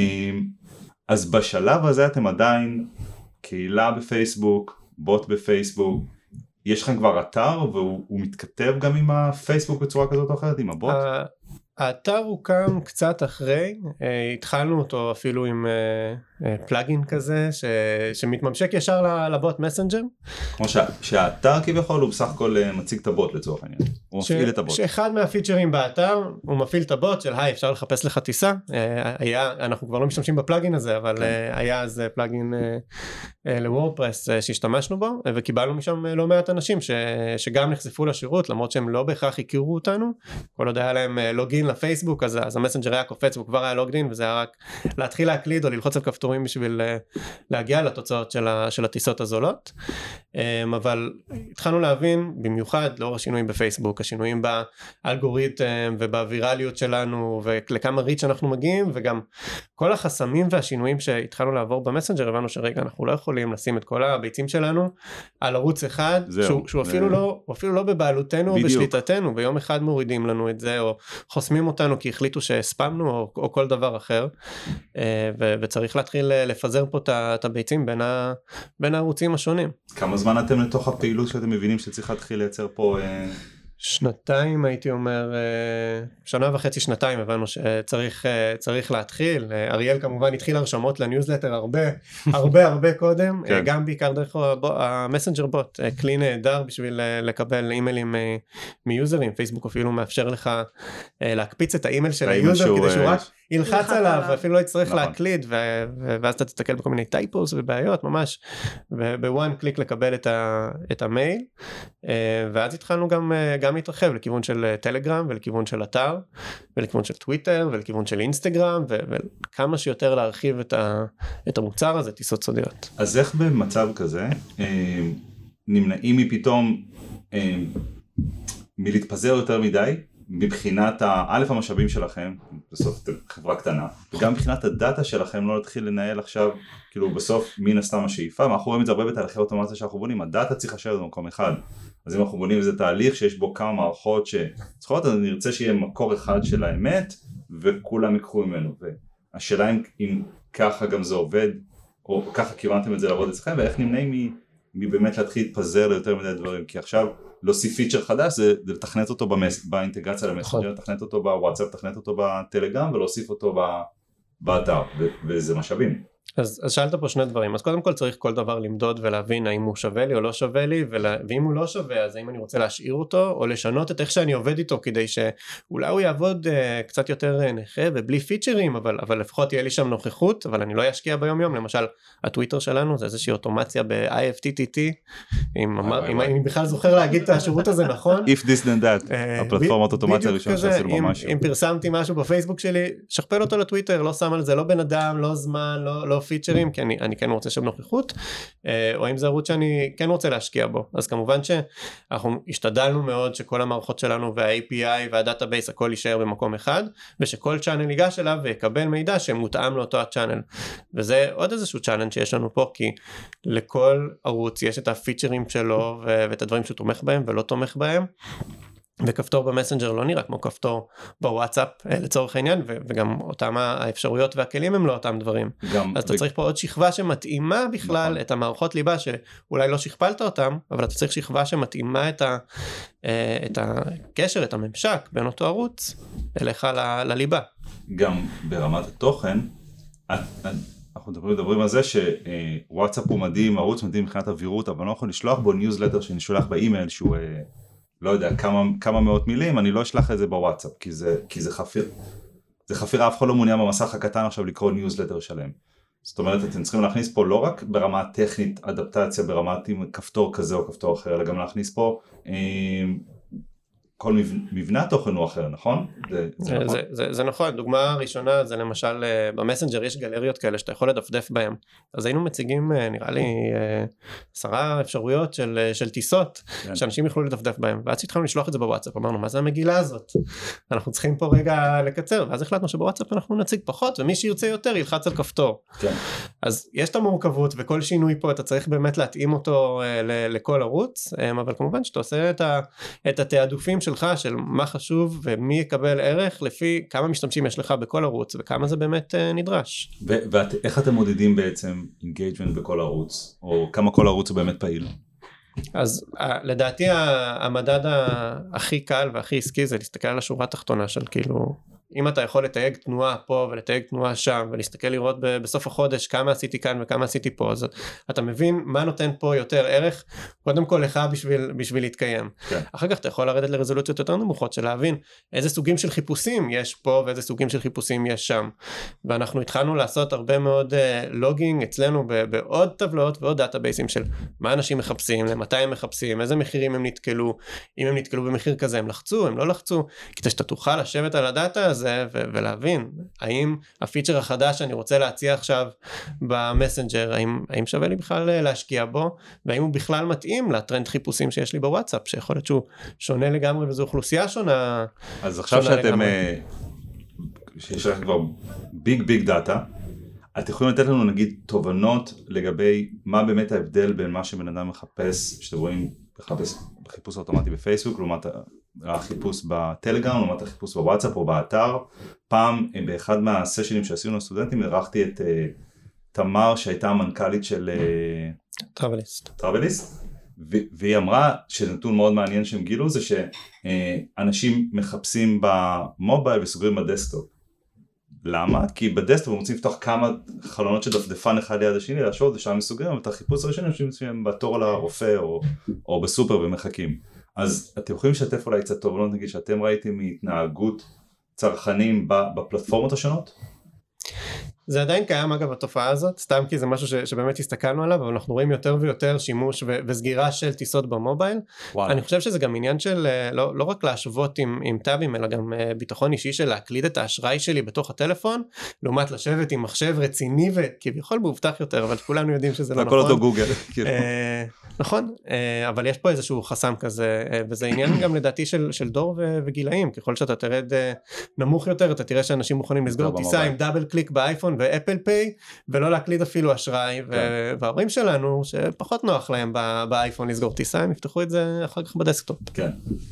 אז בשלב הזה אתם עדיין קהילה בפייסבוק, בוט בפייסבוק, יש לכם כבר אתר והוא מתכתב גם עם הפייסבוק בצורה כזאת או אחרת, עם הבוט? האתר הוא קם קצת אחרי, התחלנו אותו אפילו עם פלאגין כזה ש, שמתממשק ישר לבוט מסנג'ר. כמו שהאתר כביכול הוא בסך הכל מציג את הבוט לצורך העניין, הוא ש, מפעיל את הבוט. שאחד מהפיצ'רים באתר הוא מפעיל את הבוט של היי אפשר לחפש לך טיסה, היה, אנחנו כבר לא משתמשים בפלאגין הזה אבל כן. היה אז פלאגין לוורדפרס שהשתמשנו בו וקיבלנו משם לא מעט אנשים ש, שגם נחשפו לשירות למרות שהם לא בהכרח הכירו אותנו, כל עוד היה להם לוגין לפייסבוק אז, אז המסנג'ר היה קופץ והוא כבר היה לוגדין וזה היה רק להתחיל להקליד או ללחוץ על כפתורים בשביל להגיע לתוצאות של, ה, של הטיסות הזולות, אבל התחלנו להבין במיוחד לאור השינויים בפייסבוק, השינויים באלגוריתם ובווירליות שלנו ולכמה ריץ' אנחנו מגיעים וגם כל החסמים והשינויים שהתחלנו לעבור במסנג'ר, הבנו שרגע אנחנו לא יכולים לשים את כל הביצים שלנו על ערוץ אחד שהוא, שהוא אפילו, לא, אפילו לא בבעלותנו או בשליטתנו, ביום אחד מורידים לנו את זה או חוסמים אותנו כי החליטו שספמנו או, או כל דבר אחר ו, וצריך להתחיל לפזר פה את הביצים בין, ה, בין הערוצים השונים. כמה זמן אתם לתוך הפעילות שאתם מבינים שצריך להתחיל לייצר פה? שנתיים הייתי אומר, שנה וחצי שנתיים הבנו שצריך צריך להתחיל, אריאל כמובן התחיל הרשמות לניוזלטר הרבה הרבה הרבה קודם, כן. גם בעיקר דרך המסנג'ר בוט, כלי נהדר בשביל לקבל אימיילים מיוזרים, פייסבוק אפילו מאפשר לך להקפיץ את האימייל של היוזר כדי שהוא רק ילחץ עליו ואפילו לא יצטרך להקליד ואז אתה תתקל בכל מיני טייפוס ובעיות ממש בוואן קליק לקבל את המייל, ואז התחלנו גם גם להתרחב לכיוון של טלגרם ולכיוון של אתר ולכיוון של טוויטר ולכיוון של אינסטגרם וכמה שיותר להרחיב את, ה, את המוצר הזה, טיסות סודיות. אז איך במצב כזה נמנעים מפתאום מלהתפזר יותר מדי מבחינת א' המשאבים שלכם, בסוף חברה קטנה, וגם מבחינת הדאטה שלכם לא להתחיל לנהל עכשיו, כאילו בסוף מן הסתם השאיפה, אנחנו רואים את זה הרבה בתהליכי אוטומציה שאנחנו בונים, הדאטה צריך לשבת במקום אחד, אז אם אנחנו בונים איזה תהליך שיש בו כמה מערכות שצריכות, אז נרצה שיהיה מקור אחד של האמת, וכולם יקחו ממנו, והשאלה אם, אם ככה גם זה עובד, או ככה כיוונתם את זה לעבוד אצלכם, ואיך נמנעים מבאמת להתחיל להתפזר ליותר מדי דברים, כי עכשיו להוסיף פיצ'ר חדש זה לתכנת אותו במס... באינטגרציה למסנג'ר, לתכנת אותו בוואטסאפ, לתכנת אותו בטלגרם ולהוסיף אותו באתר, ו... וזה משאבים. אז, אז שאלת פה שני דברים, אז קודם כל צריך כל דבר למדוד ולהבין האם הוא שווה לי או לא שווה לי, ולה, ואם הוא לא שווה אז האם אני רוצה להשאיר אותו או לשנות את איך שאני עובד איתו כדי שאולי הוא יעבוד uh, קצת יותר נכה ובלי פיצ'רים, אבל, אבל לפחות יהיה לי שם נוכחות, אבל אני לא אשקיע ביום יום, למשל הטוויטר שלנו זה איזושהי אוטומציה ב-איי אף טי טי טי, אם, אמר, אם אני בכלל זוכר להגיד את השירות הזה נכון. If this then that, הפלטפורמת אוטומציה הראשונה שעשינו ממש. אם פרסמתי משהו בפייסבוק שלי, שכפל אותו לטוויטר, לא שם על זה לא בן אדם, לא זמן, לא, לא פיצ'רים, כי אני, אני כן רוצה שם נוכחות, או אם זה ערוץ שאני כן רוצה להשקיע בו. אז כמובן שאנחנו השתדלנו מאוד שכל המערכות שלנו וה-איי פי איי והדאטאבייס הכל יישאר במקום אחד, ושכל צ'אנל ייגש אליו ויקבל מידע שמותאם לאותו הצ'אנל. וזה עוד איזשהו צ'אנל שיש לנו פה, כי לכל ערוץ יש את הפיצ'רים שלו ואת הדברים שהוא תומך בהם ולא תומך בהם. וכפתור במסנג'ר לא נראה כמו כפתור בוואטסאפ לצורך העניין, וגם אותם האפשרויות והכלים הם לא אותם דברים. אז אתה צריך פה עוד שכבה שמתאימה בכלל את המערכות ליבה, שאולי לא שכפלת אותם, אבל אתה צריך שכבה שמתאימה את הקשר, את הממשק בין אותו ערוץ אליך לליבה. גם ברמת התוכן, אנחנו מדברים על זה שוואטסאפ הוא מדהים, ערוץ מדהים מבחינת אווירות, אבל לא יכול לשלוח בו ניוזלטר שנשולח באימייל שהוא לא יודע, כמה, כמה מאות מילים, אני לא אשלח את זה בוואטסאפ, כי זה, כי זה חפיר, זה חפיר, אף אחד לא מעוניין במסך הקטן עכשיו לקרוא ניוזלטר שלם. זאת אומרת, אתם צריכים להכניס פה לא רק ברמה טכנית, אדפטציה, ברמת עם כפתור כזה או כפתור אחר, אלא גם להכניס פה כל מבנה התוכן הוא אחר, נכון? זה, זה, נכון? זה, זה, זה נכון, דוגמה ראשונה זה למשל במסנג'ר יש גלריות כאלה שאתה יכול לדפדף בהם, אז היינו מציגים נראה לי עשרה אפשרויות של, של טיסות, כן. שאנשים יוכלו לדפדף בהם, ואז התחלנו לשלוח את זה בוואטסאפ, אמרנו מה זה המגילה הזאת? אנחנו צריכים פה רגע לקצר, ואז החלטנו שבוואטסאפ אנחנו נציג פחות, ומי שירצה יותר ילחץ על כפתור. כן. אז יש את המורכבות, וכל שינוי פה אתה צריך באמת להתאים אותו לכל ערוץ, אבל כמובן שאתה עושה את, ה, את התעדופים שלך, של מה חשוב ומי יקבל ערך לפי כמה משתמשים יש לך בכל ערוץ וכמה זה באמת uh, נדרש. ואיך אתם מודדים בעצם engagement בכל ערוץ, או כמה כל ערוץ הוא באמת פעיל? אז uh, לדעתי המדד הכי קל והכי עסקי זה להסתכל על השורה התחתונה של כאילו, אם אתה יכול לתייג תנועה פה ולתייג תנועה שם ולהסתכל לראות בסוף החודש כמה עשיתי כאן וכמה עשיתי פה, אז אתה מבין מה נותן פה יותר ערך, קודם כל לך בשביל, בשביל להתקיים. כן. אחר כך אתה יכול לרדת לרזולוציות יותר נמוכות של להבין איזה סוגים של חיפושים יש פה ואיזה סוגים של חיפושים יש שם. ואנחנו התחלנו לעשות הרבה מאוד uh, לוגינג אצלנו בעוד טבלאות ועוד דאטאבייסים של מה אנשים מחפשים, למתי הם מחפשים, איזה מחירים הם נתקלו, אם הם נתקלו במחיר כזה הם לחצו, הם לא לחצו, כדי שאתה תוכל לשבת על הדאטה זה ו- ולהבין האם הפיצ'ר החדש שאני רוצה להציע עכשיו במסנג'ר, האם, האם שווה לי בכלל להשקיע בו, והאם הוא בכלל מתאים לטרנד חיפושים שיש לי בוואטסאפ, שיכול להיות שהוא שונה לגמרי וזו אוכלוסייה שונה. אז עכשיו שאתם, שיש לכם כבר ביג ביג דאטה, אתם יכולים לתת לנו נגיד תובנות לגבי מה באמת ההבדל בין מה שבן אדם מחפש, שאתם רואים מחפש בחיפוש האוטומטי בפייסבוק, לעומת החיפוש בטלגרם, לעומת החיפוש בוואטסאפ או באתר. פעם, באחד מהסשנים שעשינו לסטודנטים, ערכתי את uh, תמר שהייתה המנכ"לית של טראבליסט. טראבליסט, והיא אמרה שנתון מאוד מעניין שהם גילו זה שאנשים מחפשים במובייל וסוגרים בדסקטופ. למה? כי בדסקטופ הם רוצים לפתוח כמה חלונות של דפדפן אחד ליד השני, להשאיר את זה שם מסוגרים, אבל את החיפוש הראשון הם בתור לרופא או, או בסופר ומחכים. אז אתם יכולים לשתף אולי קצת תובנות, נגיד שאתם ראיתם מהתנהגות צרכנים בפלטפורמות השונות? זה עדיין קיים אגב התופעה הזאת, סתם כי זה משהו ש, שבאמת הסתכלנו עליו, אבל אנחנו רואים יותר ויותר שימוש ו, וסגירה של טיסות במובייל. וואלה. אני חושב שזה גם עניין של לא, לא רק להשוות עם, עם טאבים, אלא גם ביטחון אישי של להקליד את האשראי שלי בתוך הטלפון, לעומת לשבת עם מחשב רציני וכביכול מאובטח יותר, אבל כולנו יודעים שזה לא נכון. הכל אותו גוגל. נכון, אבל יש פה איזשהו חסם כזה, וזה עניין גם לדעתי של, של דור ו, וגילאים, ככל שאתה תרד נמוך יותר, אתה תראה שאנשים מוכנים לסגור טיסה עם דאבל קליק באייפון ואפל פיי, ולא להקליד אפילו אשראי, וההורים שלנו, שפחות נוח להם באייפון לסגור טיסה, הם יפתחו את זה אחר כך בדסקטופ. כן.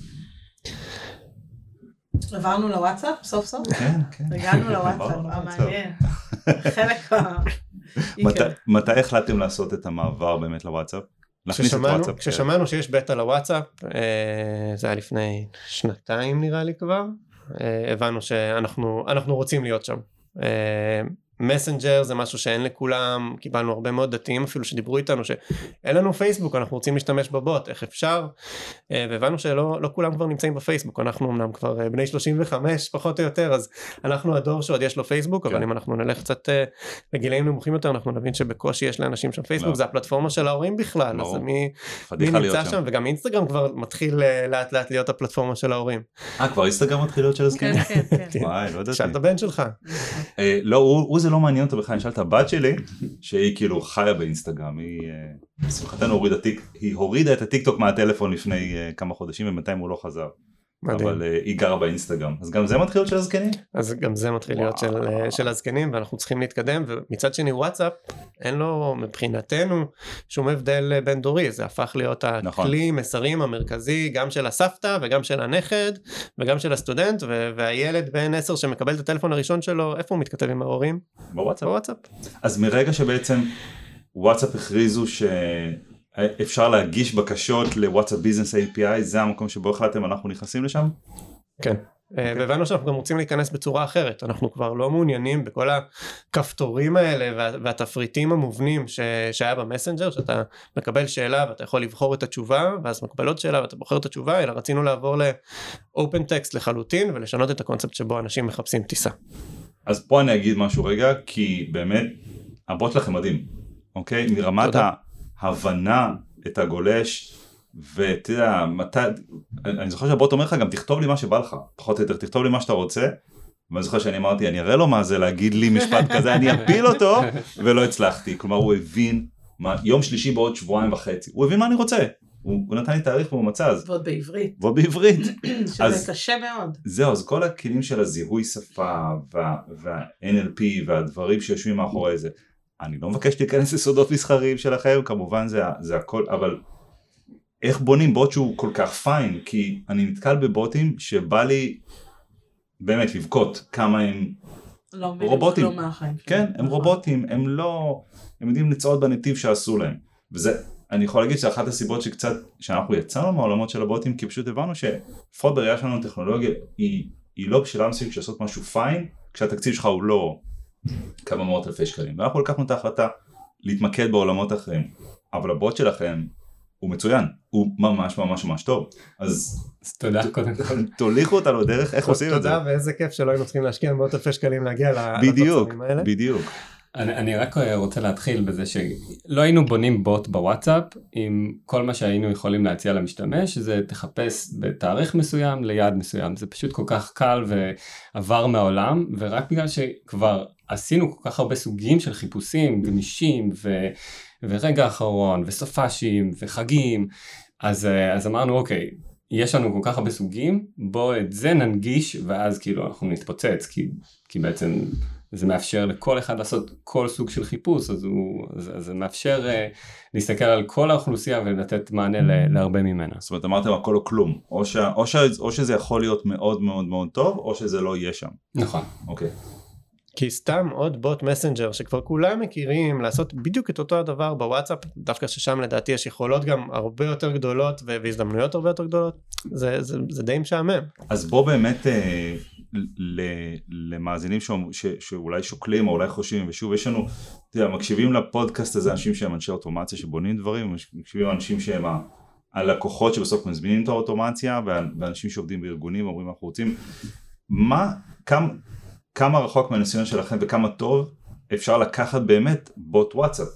עברנו לוואטסאפ סוף סוף? כן, כן. הגענו לוואטסאפ, מעניין. חלק ה... מתי החלטתם לעשות את המעבר באמת לוואטסאפ? כששמענו שיש בטא לוואטסאפ, זה היה לפני שנתיים נראה לי כבר, הבנו שאנחנו רוצים להיות שם. מסנג'ר זה משהו שאין לכולם, קיבלנו הרבה מאוד דתיים אפילו שדיברו איתנו שאין לנו פייסבוק, אנחנו רוצים להשתמש בבוט, איך אפשר? והבנו שלא לא כולם כבר נמצאים בפייסבוק, אנחנו אמנם כבר בני שלושים וחמש פחות או יותר, אז אנחנו הדור שעוד יש לו פייסבוק, אבל אם אנחנו נלך קצת לגילאים נמוכים יותר, אנחנו נבין שבקושי יש לאנשים שם פייסבוק, זה הפלטפורמה של ההורים בכלל, אז מי נמצא שם, וגם אינסטגרם כבר מתחיל לאט לאט להיות הפלטפורמה של ההורים. אה, כבר אינסטגרם מתחיל להיות של הזקנים? כן, כן. וואי, לא ידעתי. שאל את הבן שלך. לא, הוא זה לא מעניין אותו בכלל, אני שאל את הבת שלי, שהיא כאילו חיה באינסטגרם, היא, שמחתנו הורידה, היא הורידה את הטיק-טוק מהטלפון לפני כמה חודשים, ובינתיים הוא לא חזר. מדהים. אבל uh, היא גרה באינסטגרם, אז גם זה מתחיל להיות של הזקנים? אז גם זה מתחיל להיות של, של הזקנים, ואנחנו צריכים להתקדם, ומצד שני וואטסאפ, אין לו מבחינתנו שום הבדל בין דורי, זה הפך להיות הכלי נכון. מסרים המרכזי, גם של הסבתא, וגם של הנכד, וגם של הסטודנט, והילד בן עשר שמקבל את הטלפון הראשון שלו, איפה הוא מתכתב עם ההורים? בוואטסאפ. בוואטסאפ. אז מרגע שבעצם וואטסאפ הכריזו ש... אפשר להגיש בקשות לוואטסאפ ביזנס איי פי איי, זה המקום שבו החלטתם אנחנו נכנסים לשם? כן, והבנו שאנחנו גם רוצים להיכנס בצורה אחרת, אנחנו כבר לא מעוניינים בכל הכפתורים האלה והתפריטים המובנים שהיה במסנג'ר, שאתה מקבל שאלה ואתה יכול לבחור את התשובה, ואז מקבל עוד שאלה ואתה בוחר את התשובה, אלא רצינו לעבור לאופן טקסט לחלוטין, ולשנות את הקונספט שבו אנשים מחפשים טיסה. אז פה אני אגיד משהו רגע, כי באמת הבוט שלכם מדהים, אוקיי? מרמת ההבנה את הגולש, ואתה יודע, מתי, אני זוכר שהבוט אומר לך גם תכתוב לי מה שבא לך, פחות או יותר, תכתוב לי מה שאתה רוצה, ואני זוכר שאני אמרתי, אני אראה לו מה זה להגיד לי משפט כזה, אני אפיל אותו, ולא הצלחתי, כלומר הוא הבין, מה, יום שלישי בעוד שבועיים וחצי, הוא הבין מה אני רוצה, הוא, הוא נתן לי תאריך והוא מצא, אז... ועוד בעברית. ועוד בעברית. שזה קשה מאוד. זהו, אז כל הכלים של הזיהוי שפה, וה-אן אל פי, והדברים שיושבים מאחורי זה, אני לא מבקש להיכנס לסודות מסחריים שלכם, כמובן זה, זה הכל, אבל איך בונים בוט שהוא כל כך פיין, כי אני נתקל בבוטים שבא לי באמת לבכות כמה הם לא רובוטים. לא מהחיים. כן, הם רובוטים, הם לא, הם יודעים לצעוד בנתיב שעשו להם. וזה, אני יכול להגיד שאחת הסיבות שקצת, שאנחנו יצאנו מהעולמות של הבוטים, כי פשוט הבנו שלפחות בראייה שלנו טכנולוגיה, היא, היא לא בשבילה מספיק שעשות משהו פיין, כשהתקציב שלך הוא לא כמה מאות אלפי שקלים. ואנחנו לקחנו את ההחלטה להתמקד בעולמות אחרים. אבל הבוט שלכם הוא מצוין, הוא ממש ממש ממש טוב. אז תודה קודם כל. תוליכו אותנו דרך איך עושים את זה. תודה, ואיזה כיף שלא היינו צריכים להשקיע מאות אלפי שקלים להגיע לתוצרים האלה. בדיוק, בדיוק. אני, אני רק רוצה להתחיל בזה שלא היינו בונים בוט בוואטסאפ, עם כל מה שהיינו יכולים להציע למשתמש, זה תחפש בתאריך מסוים ליעד מסוים. זה פשוט כל כך קל ועבר מהעולם, ורק בגלל שכבר עשינו כל כך הרבה סוגים של חיפושים, גמישים ו... ורגע אחרון, וסופשים, וחגים, אז, אז אמרנו, אוקיי, יש לנו כל כך הרבה סוגים, בוא את זה ננגיש, ואז כאילו אנחנו נתפוצץ, כי, כי בעצם זה מאפשר לכל אחד לעשות כל סוג של חיפוש, אז, הוא, אז, אז זה מאפשר uh, להסתכל על כל האוכלוסייה, ולתת מענה ל, להרבה ממנה. זאת אומרת, אמרתם הכל או כלום, או, ש, או, ש, או שזה יכול להיות מאוד מאוד מאוד טוב, או שזה לא יהיה שם. נכון. אוקיי. כי סתם עוד בוט מסנג'ר שכבר כולם מכירים לעשות בדיוק את אותו הדבר בוואטסאפ, דווקא ששם לדעתי יש יכולות גם הרבה יותר גדולות והזדמנויות הרבה יותר גדולות, זה, זה, זה די משעמם. אז בוא באמת אה, ל, למאזינים ש, ש, שאולי שוקלים או אולי חושבים, ושוב יש לנו, תראה, מקשיבים לפודקאסט הזה אנשים שהם אנשי אוטומציה שבונים דברים, מקשיבים אנשים שהם הלקוחות שבסוף מזמינים את האוטומציה, ואנשים שעובדים בארגונים אומרים אנחנו רוצים, מה, כמה, כמה רחוק מהניסיון שלכם וכמה טוב אפשר לקחת באמת בוט וואטסאפ,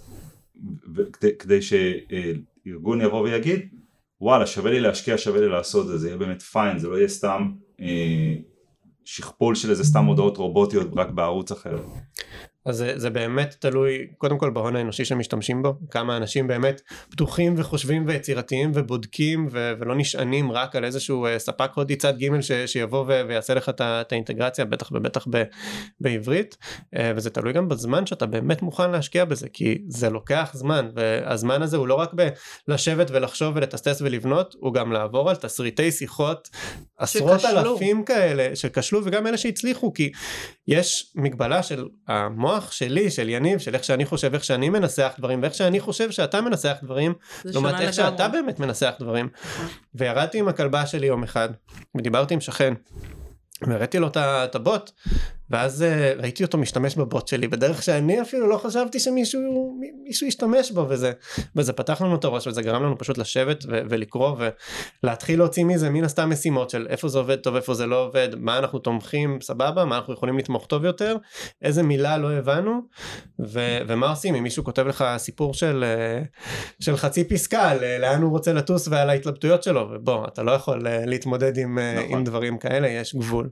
כדי, כדי שארגון יבוא ויגיד, וואלה, שווה לי להשקיע, שווה לי לעשות את זה, זה יהיה באמת פיין, זה לא יהיה סתם אה, שכפול של איזה סתם הודעות רובוטיות רק בערוץ אחר. אז זה, זה באמת תלוי, קודם כל בהון האנושי שמשתמשים בו, כמה אנשים באמת פתוחים וחושבים ויצירתיים ובודקים ו- ולא נשענים רק על איזשהו ספק הודי צד ג' ש- שיבוא ו- ויעשה לך את, את האינטגרציה, בטח ובטח ב- בעברית, וזה תלוי גם בזמן שאתה באמת מוכן להשקיע בזה, כי זה לוקח זמן, והזמן הזה הוא לא רק בלשבת ולחשוב ולטסטס ולבנות, הוא גם לעבור על תסריטי שיחות, עשרות שקשלו. אלפים כאלה שקשלו, וגם אלה שהצליחו, כי יש מגבלה של המוח שלי, של יניב, של איך שאני חושב, איך שאני מנסח דברים, ואיך שאני חושב שאתה מנסח דברים, לעומת איך שאתה באמת מנסח דברים. וירדתי עם הכלבה שלי יום אחד, ודיברתי עם שכן, והראיתי לו את הבוט, ואז ראיתי אותו משתמש בבוט שלי, בדרך שאני אפילו לא חשבתי שמישהו מישהו ישתמש בו, וזה, וזה פתח לנו את הראש, וזה גרם לנו פשוט לשבת ו- ולקרוא, ולהתחיל להוציא מזה מן הסתם משימות של איפה זה עובד טוב, איפה זה לא עובד, מה אנחנו תומכים סבבה, מה אנחנו יכולים לתמוך טוב יותר, איזה מילה לא הבנו, ו- ומה עושים, אם מישהו כותב לך סיפור של, של חצי פסקה, לאן הוא רוצה לטוס ועל ההתלבטויות שלו, ובוא, אתה לא יכול להתמודד עם, נכון. עם דברים כאלה, יש גבול.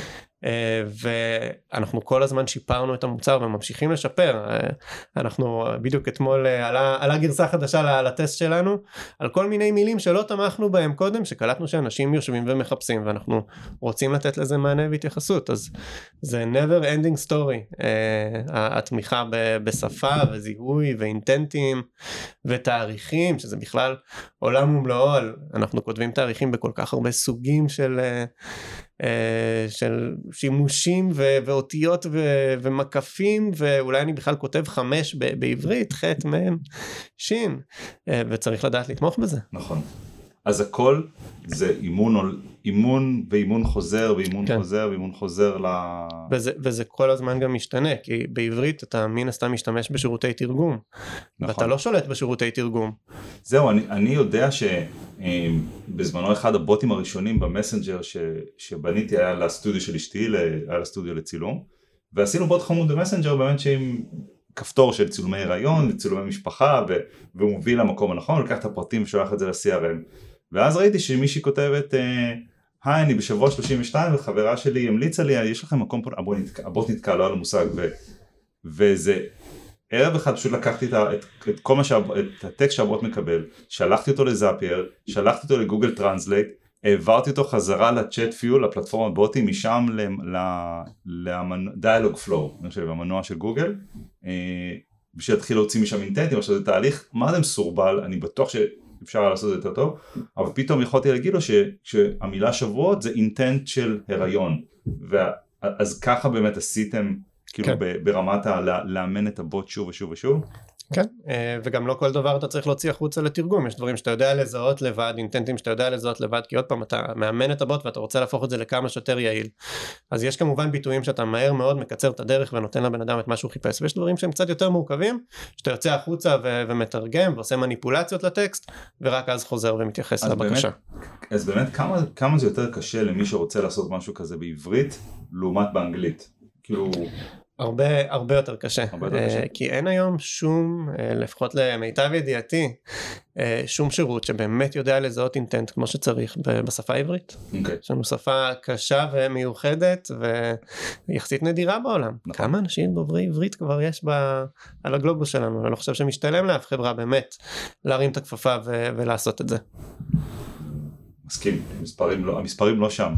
ואנחנו כל הזמן שיפרנו את המוצר וממשיכים לשפר. אנחנו בדיוק אתמול עלה, עלה גרסה חדשה לטסט שלנו על כל מיני מילים שלא תמכנו בהם קודם, שקלטנו שאנשים יושבים ומחפשים, ואנחנו רוצים לתת לזה מענה והתייחסות. אז זה never ending story, התמיכה בשפה וזיהוי ואינטנטים ותאריכים, שזה בכלל עולם ומלואו. אנחנו כותבים תאריכים בכל כך הרבה סוגים של של שימושים ו- ואותיות ו- ומקפים, ואולי אני בכלל כותב חמש ב- בעברית, ח' מ' שין, וצריך לדעת לתמוך בזה. נכון. אז הכל זה אימון, אימון ואימון חוזר ואימון כן. חוזר ואימון חוזר ל... וזה, וזה כל הזמן גם משתנה, כי בעברית אתה מן הסתם משתמש בשירותי תרגום, נכון. ואתה לא שולט בשירותי תרגום. זהו, אני, אני יודע שבזמנו אחד הבוטים הראשונים במסנג'ר ש, שבניתי היה לסטודיו של אשתי, היה לסטודיו לצילום, ועשינו בוט חמוד במסנג'ר באמת שעם כפתור של צילומי הריון וצילומי משפחה, ו- והוא מוביל למקום הנכון, הוא לקח את הפרטים ושולח את זה ל-סי אר אם. ואז ראיתי שמישהי כותבת, היי, אני בשבוע שלושים ושתיים, וחברה שלי המליצה לי, יש לכם מקום פה, הבוט נתקע, לא על המושג, ו- וזה, ערב אחד פשוט לקחתי את, את, את כל מה שהבוט, את הטקסט שהבוט מקבל, שלחתי אותו לזאפייר, שלחתי אותו לגוגל טרנסלייט, העברתי אותו חזרה לצ'אט פיול, לפלטפורמת בוטים, משם לדיאלוג פלואו, אני חושב, המנוע של גוגל, בשביל להתחיל להוציא משם אינטנטים. עכשיו זה תהליך, מה זה מסורבל, אני בטוח שאפשר לעשות את זה יותר טוב, אבל פתאום יכולתי להגיד לו שהמילה שבועות זה אינטנט של הריון, אז ככה באמת עשיתם, כאילו ברמת לאמן את הבוט שוב ושוב ושוב. כן, וגם לא כל דבר אתה צריך להוציא החוצה לתרגום, יש דברים שאתה יודע לזהות לבד, אינטנטים שאתה יודע לזהות לבד, כי עוד פעם אתה מאמן את הבוט ואתה רוצה להפוך את זה לכמה שיותר יעיל, אז יש כמובן ביטויים שאתה מהר מאוד מקצר את הדרך ונותן לבן אדם את מה שהוא חיפש, ויש דברים שהם קצת יותר מורכבים, שאתה יוצא החוצה ו- ומתרגם ועושה מניפולציות לטקסט, ורק אז חוזר ומתייחס לבקשה. באמת, אז באמת כמה, כמה זה יותר קשה למי שרוצה לעשות משהו כזה בעברית, לעומת באנגלית? כאילו... הרבה הרבה יותר קשה, הרבה יותר קשה. כי אין היום שום, לפחות למיטב ידיעתי, שום שירות שבאמת יודע לזהות אינטנט כמו שצריך בשפה העברית. Okay. יש לנו שפה קשה ומיוחדת ויחסית נדירה בעולם. Okay. כמה אנשים דוברי עברית כבר יש ב... על הגלובוס שלנו, אני לא חושב שמשתלם לאף חברה באמת להרים את הכפפה ו... ולעשות את זה. מסכים, המספרים לא, המספרים לא שם.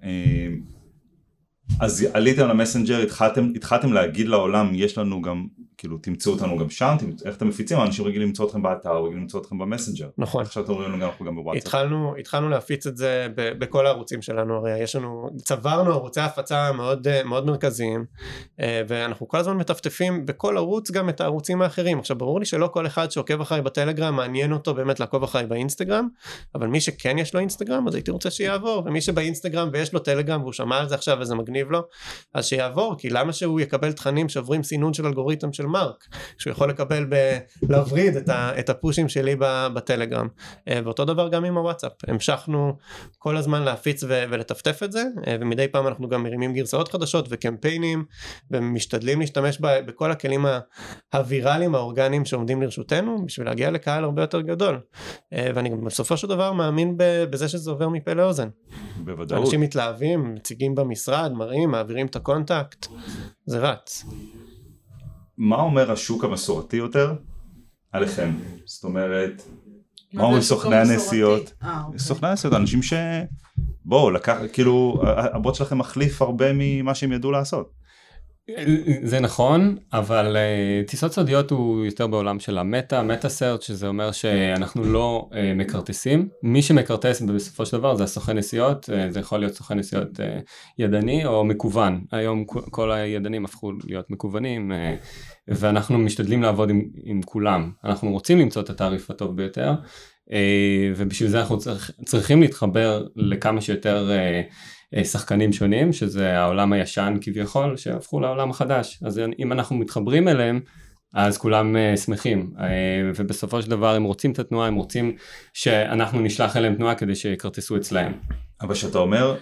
אז עליתם למסנג'ר, התחלתם, התחלתם להגיד לעולם, יש לנו גם, כאילו, תמצאו אותנו גם שם, איך אתם מפיצים? אנשים רגילים למצוא אתכם באתר, רגילים למצוא אתכם במסנג'ר. נכון. עכשיו אתם אומרים לנו גם, אנחנו גם בוואטסאפ. התחלנו, התחלנו להפיץ את זה ב- בכל הערוצים שלנו, הרי יש לנו, צברנו ערוצי הפצה מאוד, מאוד מרכזיים, ואנחנו כל הזמן מטפטפים בכל ערוץ גם את הערוצים האחרים. עכשיו, ברור לי שלא כל אחד שעוקב אחרי בטלגרם, מעניין אותו באמת לעקוב אחרי באינסטגרם, אבל מי שכן יש לו אינסטגרם, אז הייתי רוצה שיעבור, ומי שבאינסטגרם ויש לו טלגרם, והוא שמע על זה עכשיו וזה מגניב לו, אז שיעבור, כי למה שהוא יקבל תכנים שעוברים סינון של אלגוריתם של מרק, שהוא יכול לקבל בלהבריד את, ה, את הפושים שלי בטלגרם, ואותו דבר גם עם הוואטסאפ, המשכנו כל הזמן להפיץ ו, ולטפטף את זה, ומדי פעם אנחנו גם מרימים גרסאות חדשות וקמפיינים, ומשתדלים להשתמש ב, בכל הכלים הוויראליים האורגניים שעומדים לרשותנו, בשביל להגיע לקהל הרבה יותר גדול, ואני גם בסופו של דבר מאמין בזה שזה עובר מפה לאוזן. בוודאות. אנשים מתלהבים, מציגים במשרד, מראים, מעבירים את הקונטקט, זה רץ. מה אומר השוק המסורתי יותר עליכם? זאת אומרת, מה אומרים סוכני הנסיעות? סוכני הנסיעות, אנשים ש... בואו, לקח, כאילו, הבוט שלכם מחליף הרבה ממה שהם ידעו לעשות. זה נכון, אבל uh, טיסות סודיות הוא יותר בעולם של המטה, מטה סרצ', שזה אומר שאנחנו לא uh, מקרטסים. מי שמקרטס בסופו של דבר זה הסוכן נסיעות, uh, זה יכול להיות סוכן נסיעות uh, ידני או מקוון. היום כל הידנים הפכו להיות מקוונים, uh, ואנחנו משתדלים לעבוד עם, עם כולם. אנחנו רוצים למצוא את התעריף הטוב ביותר, uh, ובשביל זה אנחנו צריך, צריכים להתחבר לכמה שיותר... Uh, שחקנים שונים, שזה העולם הישן כביכול, שהפכו לעולם החדש. אז אם אנחנו מתחברים אליהם, אז כולם שמחים. ובסופו של דבר הם רוצים את התנועה, הם רוצים שאנחנו נשלח אליהם תנועה כדי שיקרטסו אצלהם. אבל שאתה אומר,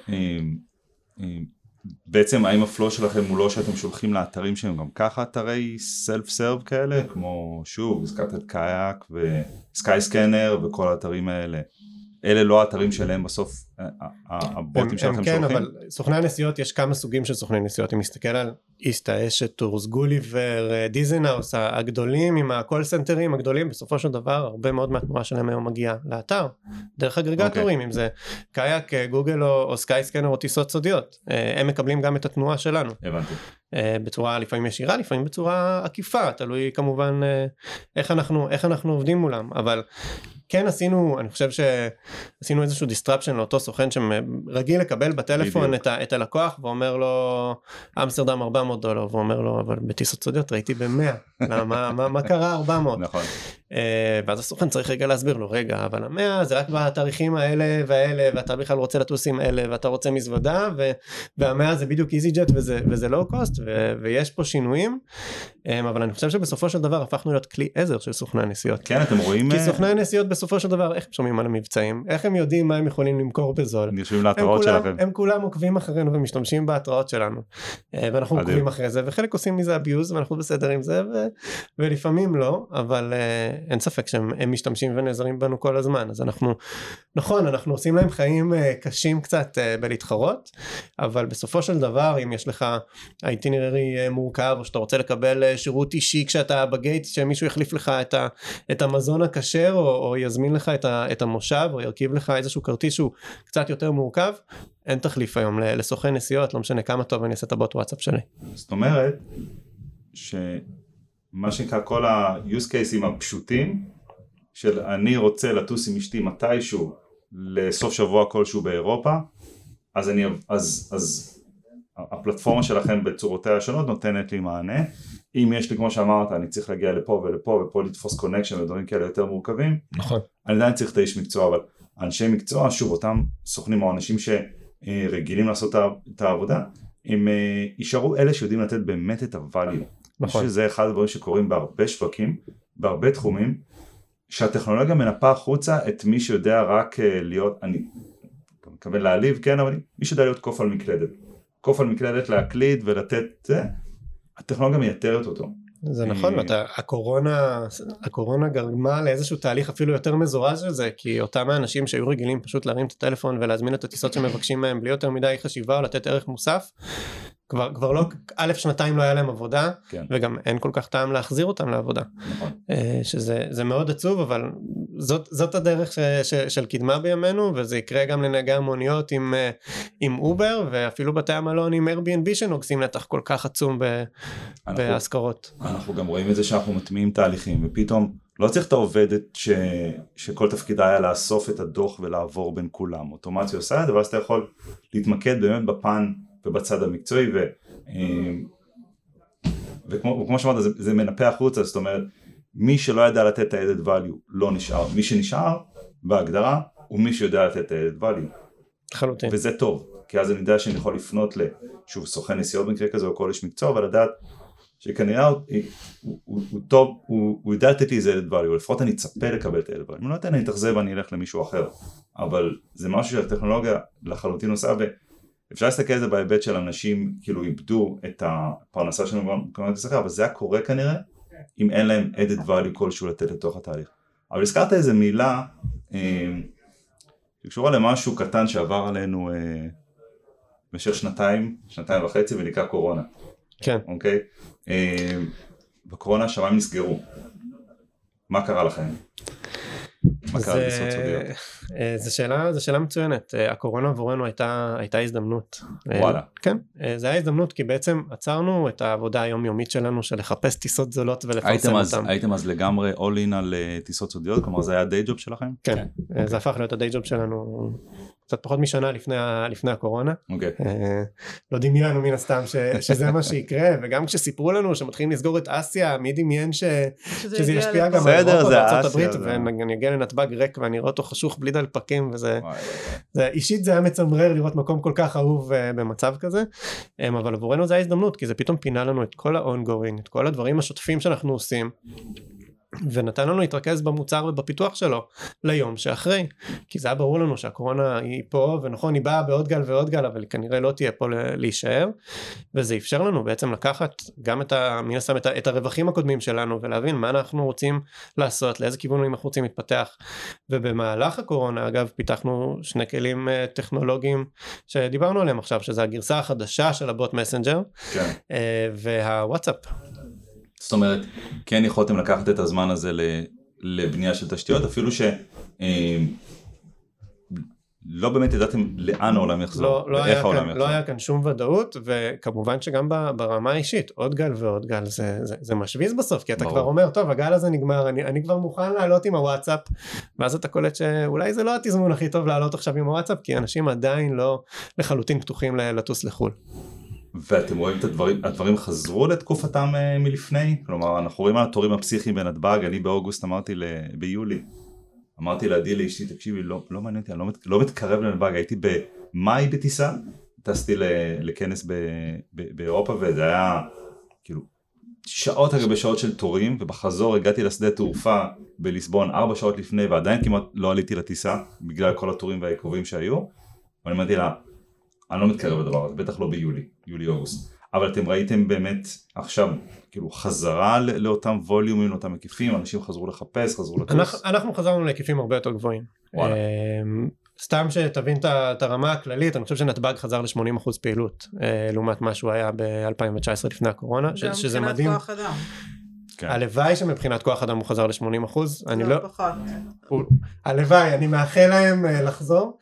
בעצם האם הפלו שלכם הוא לא שאתם שולחים לאתרים שהם גם ככה אתרי סלף סרב כאלה, כמו שוב, הזכרת את קאיאק וסקאי סקנר וכל האתרים האלה. אלה לא האתרים שלהם בסוף, הבוטים שלכם שולחים? כן, שולחים? אבל סוכני הנסיעות, יש כמה סוגים של סוכני נסיעות, אם מסתכל על איסטה, אשת, טורס, גוליבר, דיזנהאוס, הגדולים עם הקול סנטרים הגדולים, בסופו של דבר, הרבה מאוד מהתנועה שלהם היום מגיעה לאתר, דרך אגרגטורים, אם זה קאיאק, גוגל או סקאי סקנר או טיסות סודיות, הם מקבלים גם את התנועה שלנו. הבנתי. בצורה לפעמים ישירה, לפעמים בצורה עקיפה, תלוי כמובן איך אנחנו, איך אנחנו עובדים מולם, אבל כן עשינו, אני חושב שעשינו איזשהו דיסטרפשן לאותו סוכן שרגיל לקבל בטלפון את, ה, את הלקוח ואומר לו אמסטרדם ארבע מאות דולר, והוא אומר לו אבל בטיסות סודיות ראיתי ב-מאה, מה, מה, מה קרה ארבע מאות? נכון. ואז הסוכן צריך רגע להסביר לו, רגע, אבל ה-מאה זה רק בתאריכים האלה והאלה, ואתה בכלל רוצה לטוס עם אלה, ואתה רוצה מזוודה, וה-מאה זה בדיוק איזי ג'ט, וזה, וזה לואו קוסט, ויש פה שינויים, אבל אני חושב שבסופו של דבר הפכנו להיות כלי עזר של סוכני הנסיעות. כן, אתם רואים... כי סוכני הנסיעות בסופו של דבר, איך הם שומעים על המבצעים? איך הם יודעים מה הם יכולים למכור בזול? נרשמים להתראות שלכם. הם כולם עוקבים אחרינו ומשתמשים בהתראות שלנו. ואנחנו עוקבים אחרי זה, וחלק עושים מזה אביוז, ואנחנו בסדר עם זה, ולפעמים לא, אבל אין ספק שהם משתמשים ונעזרים בנו כל הזמן. אז אנחנו, נכון, אנחנו עושים להם חיים קשים קצת בלהתחרות, אבל בסופו של דבר, אם יש לך איטינרי מורכב, או שאתה רוצה לקבל שירות אישי כשאתה בגייט, שמישהו יחליף לך את, ה, את המזון הכשר, או, או יזמין לך את, ה, את המושב, או ירכיב לך איזשהו כרטיס שהוא קצת יותר מורכב, אין תחליף היום לסוכן נסיעות, לא משנה כמה טוב אני אעשה את הבוט וואטסאפ שלי. זאת אומרת, שמה שנקרא כל ה-use cases הפשוטים, של אני רוצה לטוס עם אשתי מתישהו, לסוף שבוע כלשהו באירופה, אז אני, אז, אז הפלטפורמה שלכם בצורותיה השונות נותנת לי מענה. אם יש לי, כמו שאמרת, אני צריך להגיע לפה ולפה, ופה לתפוס קונקשן ודברים כאלה יותר מורכבים, נכון. אני עדיין צריך את האיש מקצוע, אבל אנשי מקצוע, שוב, אותם סוכנים או אנשים שרגילים לעשות את העבודה, הם יישארו אלה שיודעים לתת באמת את הvalue. נכון. שזה אחד הדברים שקורים בהרבה שווקים, בהרבה תחומים, שהטכנולוגיה מנפה החוצה את מי שיודע רק להיות, אני מקווה להעליב, כן, אבל מי שיודע להיות קוף על מקלדת. קוף על מקלדת להקליד ולתת, זה, הטכנולוגיה מייתרת אותו. זה נכון, ואתה, הקורונה, הקורונה גרמה לאיזשהו תהליך אפילו יותר מזורז של זה, כי אותם האנשים שהיו רגילים פשוט להרים את הטלפון ולהזמין את הטיסות שמבקשים מהם בלי יותר מדי חשיבה או לתת ערך מוסף, כבר, כבר לא, א' שנתיים לא היה להם עבודה, כן. וגם אין כל כך טעם להחזיר אותם לעבודה. נכון. שזה, זה מאוד עצוב, אבל זאת, זאת הדרך ש, ש, של קדמה בימינו, וזה יקרה גם לנהגי המוניות עם, עם אובר, ואפילו בתי המלון עם Airbnb שנוגסים נתח כל כך עצום בהשכרות. אנחנו גם רואים את זה שאנחנו מטמיעים תהליכים, ופתאום לא צריך את העובדת ש, שכל תפקידה היה לאסוף את הדוח ולעבור בין כולם. אוטומציה עושה את זה, ואז אתה יכול להתמקד באמת בפן ובצד המקצועי, ו, וכמו, וכמו שאמרת, זה, זה מנפה החוצה, זאת אומרת, מי שלא ידע לתת את ה-added value לא נשאר, מי שנשאר בהגדרה הוא מי שיודע לתת את ה-added value. חלוטין. וזה טוב, כי אז אני יודע שאני יכול לפנות לשוב סוכן נסיעות במקרה כזה או כל איש מקצוע, אבל לדעת שכנראה הוא, הוא, הוא, הוא טוב, הוא, הוא יודע לתת לי איזה added value, לפחות אני אצפה לקבל את ה-added value, אם לא אתן אני אתאכזב ואני אלך למישהו אחר, אבל זה משהו שהטכנולוגיה לחלוטין עושה, ואפשר להסתכל על זה בהיבט של אנשים כאילו איבדו את הפרנסה שלנו, אבל זה היה קורה כנראה, אם אין להם added value כלשהו לתת לתוך התהליך. אבל הזכרת איזה מילה, אה, שקשורה למשהו קטן שעבר עלינו אה, במשך שנתיים, שנתיים וחצי, ונקרא קורונה. כן. אוקיי? אה, בקורונה השמיים נסגרו. מה קרה לכם? מה קרה לטיסות סודיות? זו שאלה, זו שאלה מצוינת. הקורונה עבורנו הייתה, הייתה הזדמנות. וואלה. כן, זה היה הזדמנות, כי בעצם עצרנו את העבודה היומיומית שלנו של לחפש טיסות זולות ולפרסם אותם. הייתם אז לגמרי all in על טיסות סודיות? כלומר זה היה הדיי ג'וב שלכם? כן, זה הפך להיות הדיי ג'וב שלנו קצת פחות משנה לפני, לפני הקורונה. אוקיי. לא דמיינו מן הסתם שזה מה שיקרה, וגם כשסיפרו לנו שמתחילים לסגור את אסיה, מי דמיין שזה ישפיע גם על אירופה וארצות הברית, ואני אגיע לנתב"ג ריק ואני רואה אותו חשוך בלי דלפקים, וזה אישית זה היה מצמרר לראות מקום כל כך אהוב במצב כזה, אבל עבורנו זה היה הזדמנות, כי זה פתאום פינה לנו את כל ה-ongoing, את כל הדברים השוטפים שאנחנו עושים, ונתן לנו להתרכז במוצר ובפיתוח שלו ליום שאחרי, כי זה היה ברור לנו שהקורונה היא פה, ונכון היא באה בעוד גל ועוד גל, אבל כנראה לא תהיה פה להישאר, וזה אפשר לנו בעצם לקחת גם את, ה, מן הסתם, את, ה, את הרווחים הקודמים שלנו, ולהבין מה אנחנו רוצים לעשות, לאיזה כיוון אנחנו רוצים להתפתח, ובמהלך הקורונה אגב פיתחנו שני כלים טכנולוגיים שדיברנו עליהם עכשיו, שזה הגרסה החדשה של הבוט מסנג'ר, כן. והוואטסאפ. זאת אומרת, כן יכולתם לקחת את הזמן הזה לבנייה של תשתיות, אפילו ש... לא באמת ידעתם לאן העולם יחזור, לא, לא ואיך העולם כאן, יחזור. לא היה כאן שום ודאות, וכמובן שגם ברמה האישית, עוד גל ועוד גל, זה, זה, זה משוויז בסוף, כי אתה ברור. כבר אומר, טוב, הגל הזה נגמר, אני, אני כבר מוכן לעלות עם הוואטסאפ, ואז אתה קולט שאולי זה לא התזמון הכי טוב לעלות עכשיו עם הוואטסאפ, כי אנשים עדיין לא לחלוטין פתוחים לטוס לחול. ואתם רואים את הדברים, הדברים חזרו לתקופתם uh, מלפני? כלומר, אנחנו רואים על התורים הפסיכיים בנתב"ג, אני באוגוסט אמרתי ל... ביולי, אמרתי לעדי לאשתי, תקשיבי, לא, לא מעניין אותי, אני לא, מת, לא מתקרב לנתב"ג, הייתי במאי בטיסה, טסתי לכנס ב, ב, באירופה, וזה היה כאילו שעות על גבי שעות של תורים, ובחזור הגעתי לשדה תעופה בליסבון ארבע שעות לפני, ועדיין כמעט לא עליתי לטיסה, בגלל כל התורים והעיכובים שהיו, ואני אמרתי לה, אני לא מתקרב לדבר הזה, בטח לא ביולי, יולי-אוגוסט, אבל אתם ראיתם באמת עכשיו, כאילו חזרה לאותם ווליומים, לאותם הקיפים, אנשים חזרו לחפש, חזרו לטוס? אנחנו, אנחנו חזרנו להקיפים הרבה יותר גבוהים. וואלה. סתם שתבין את הרמה הכללית, אני חושב שנתב"ג חזר ל-שמונים אחוז פעילות, לעומת מה שהוא היה ב-אלפיים תשע עשרה לפני הקורונה, שזה מדהים. גם מבחינת כוח אדם. הלוואי שמבחינת כוח אדם הוא חזר ל-שמונים אחוז, אני לא... פחות. הלוואי, אני מאחל להם לחזור,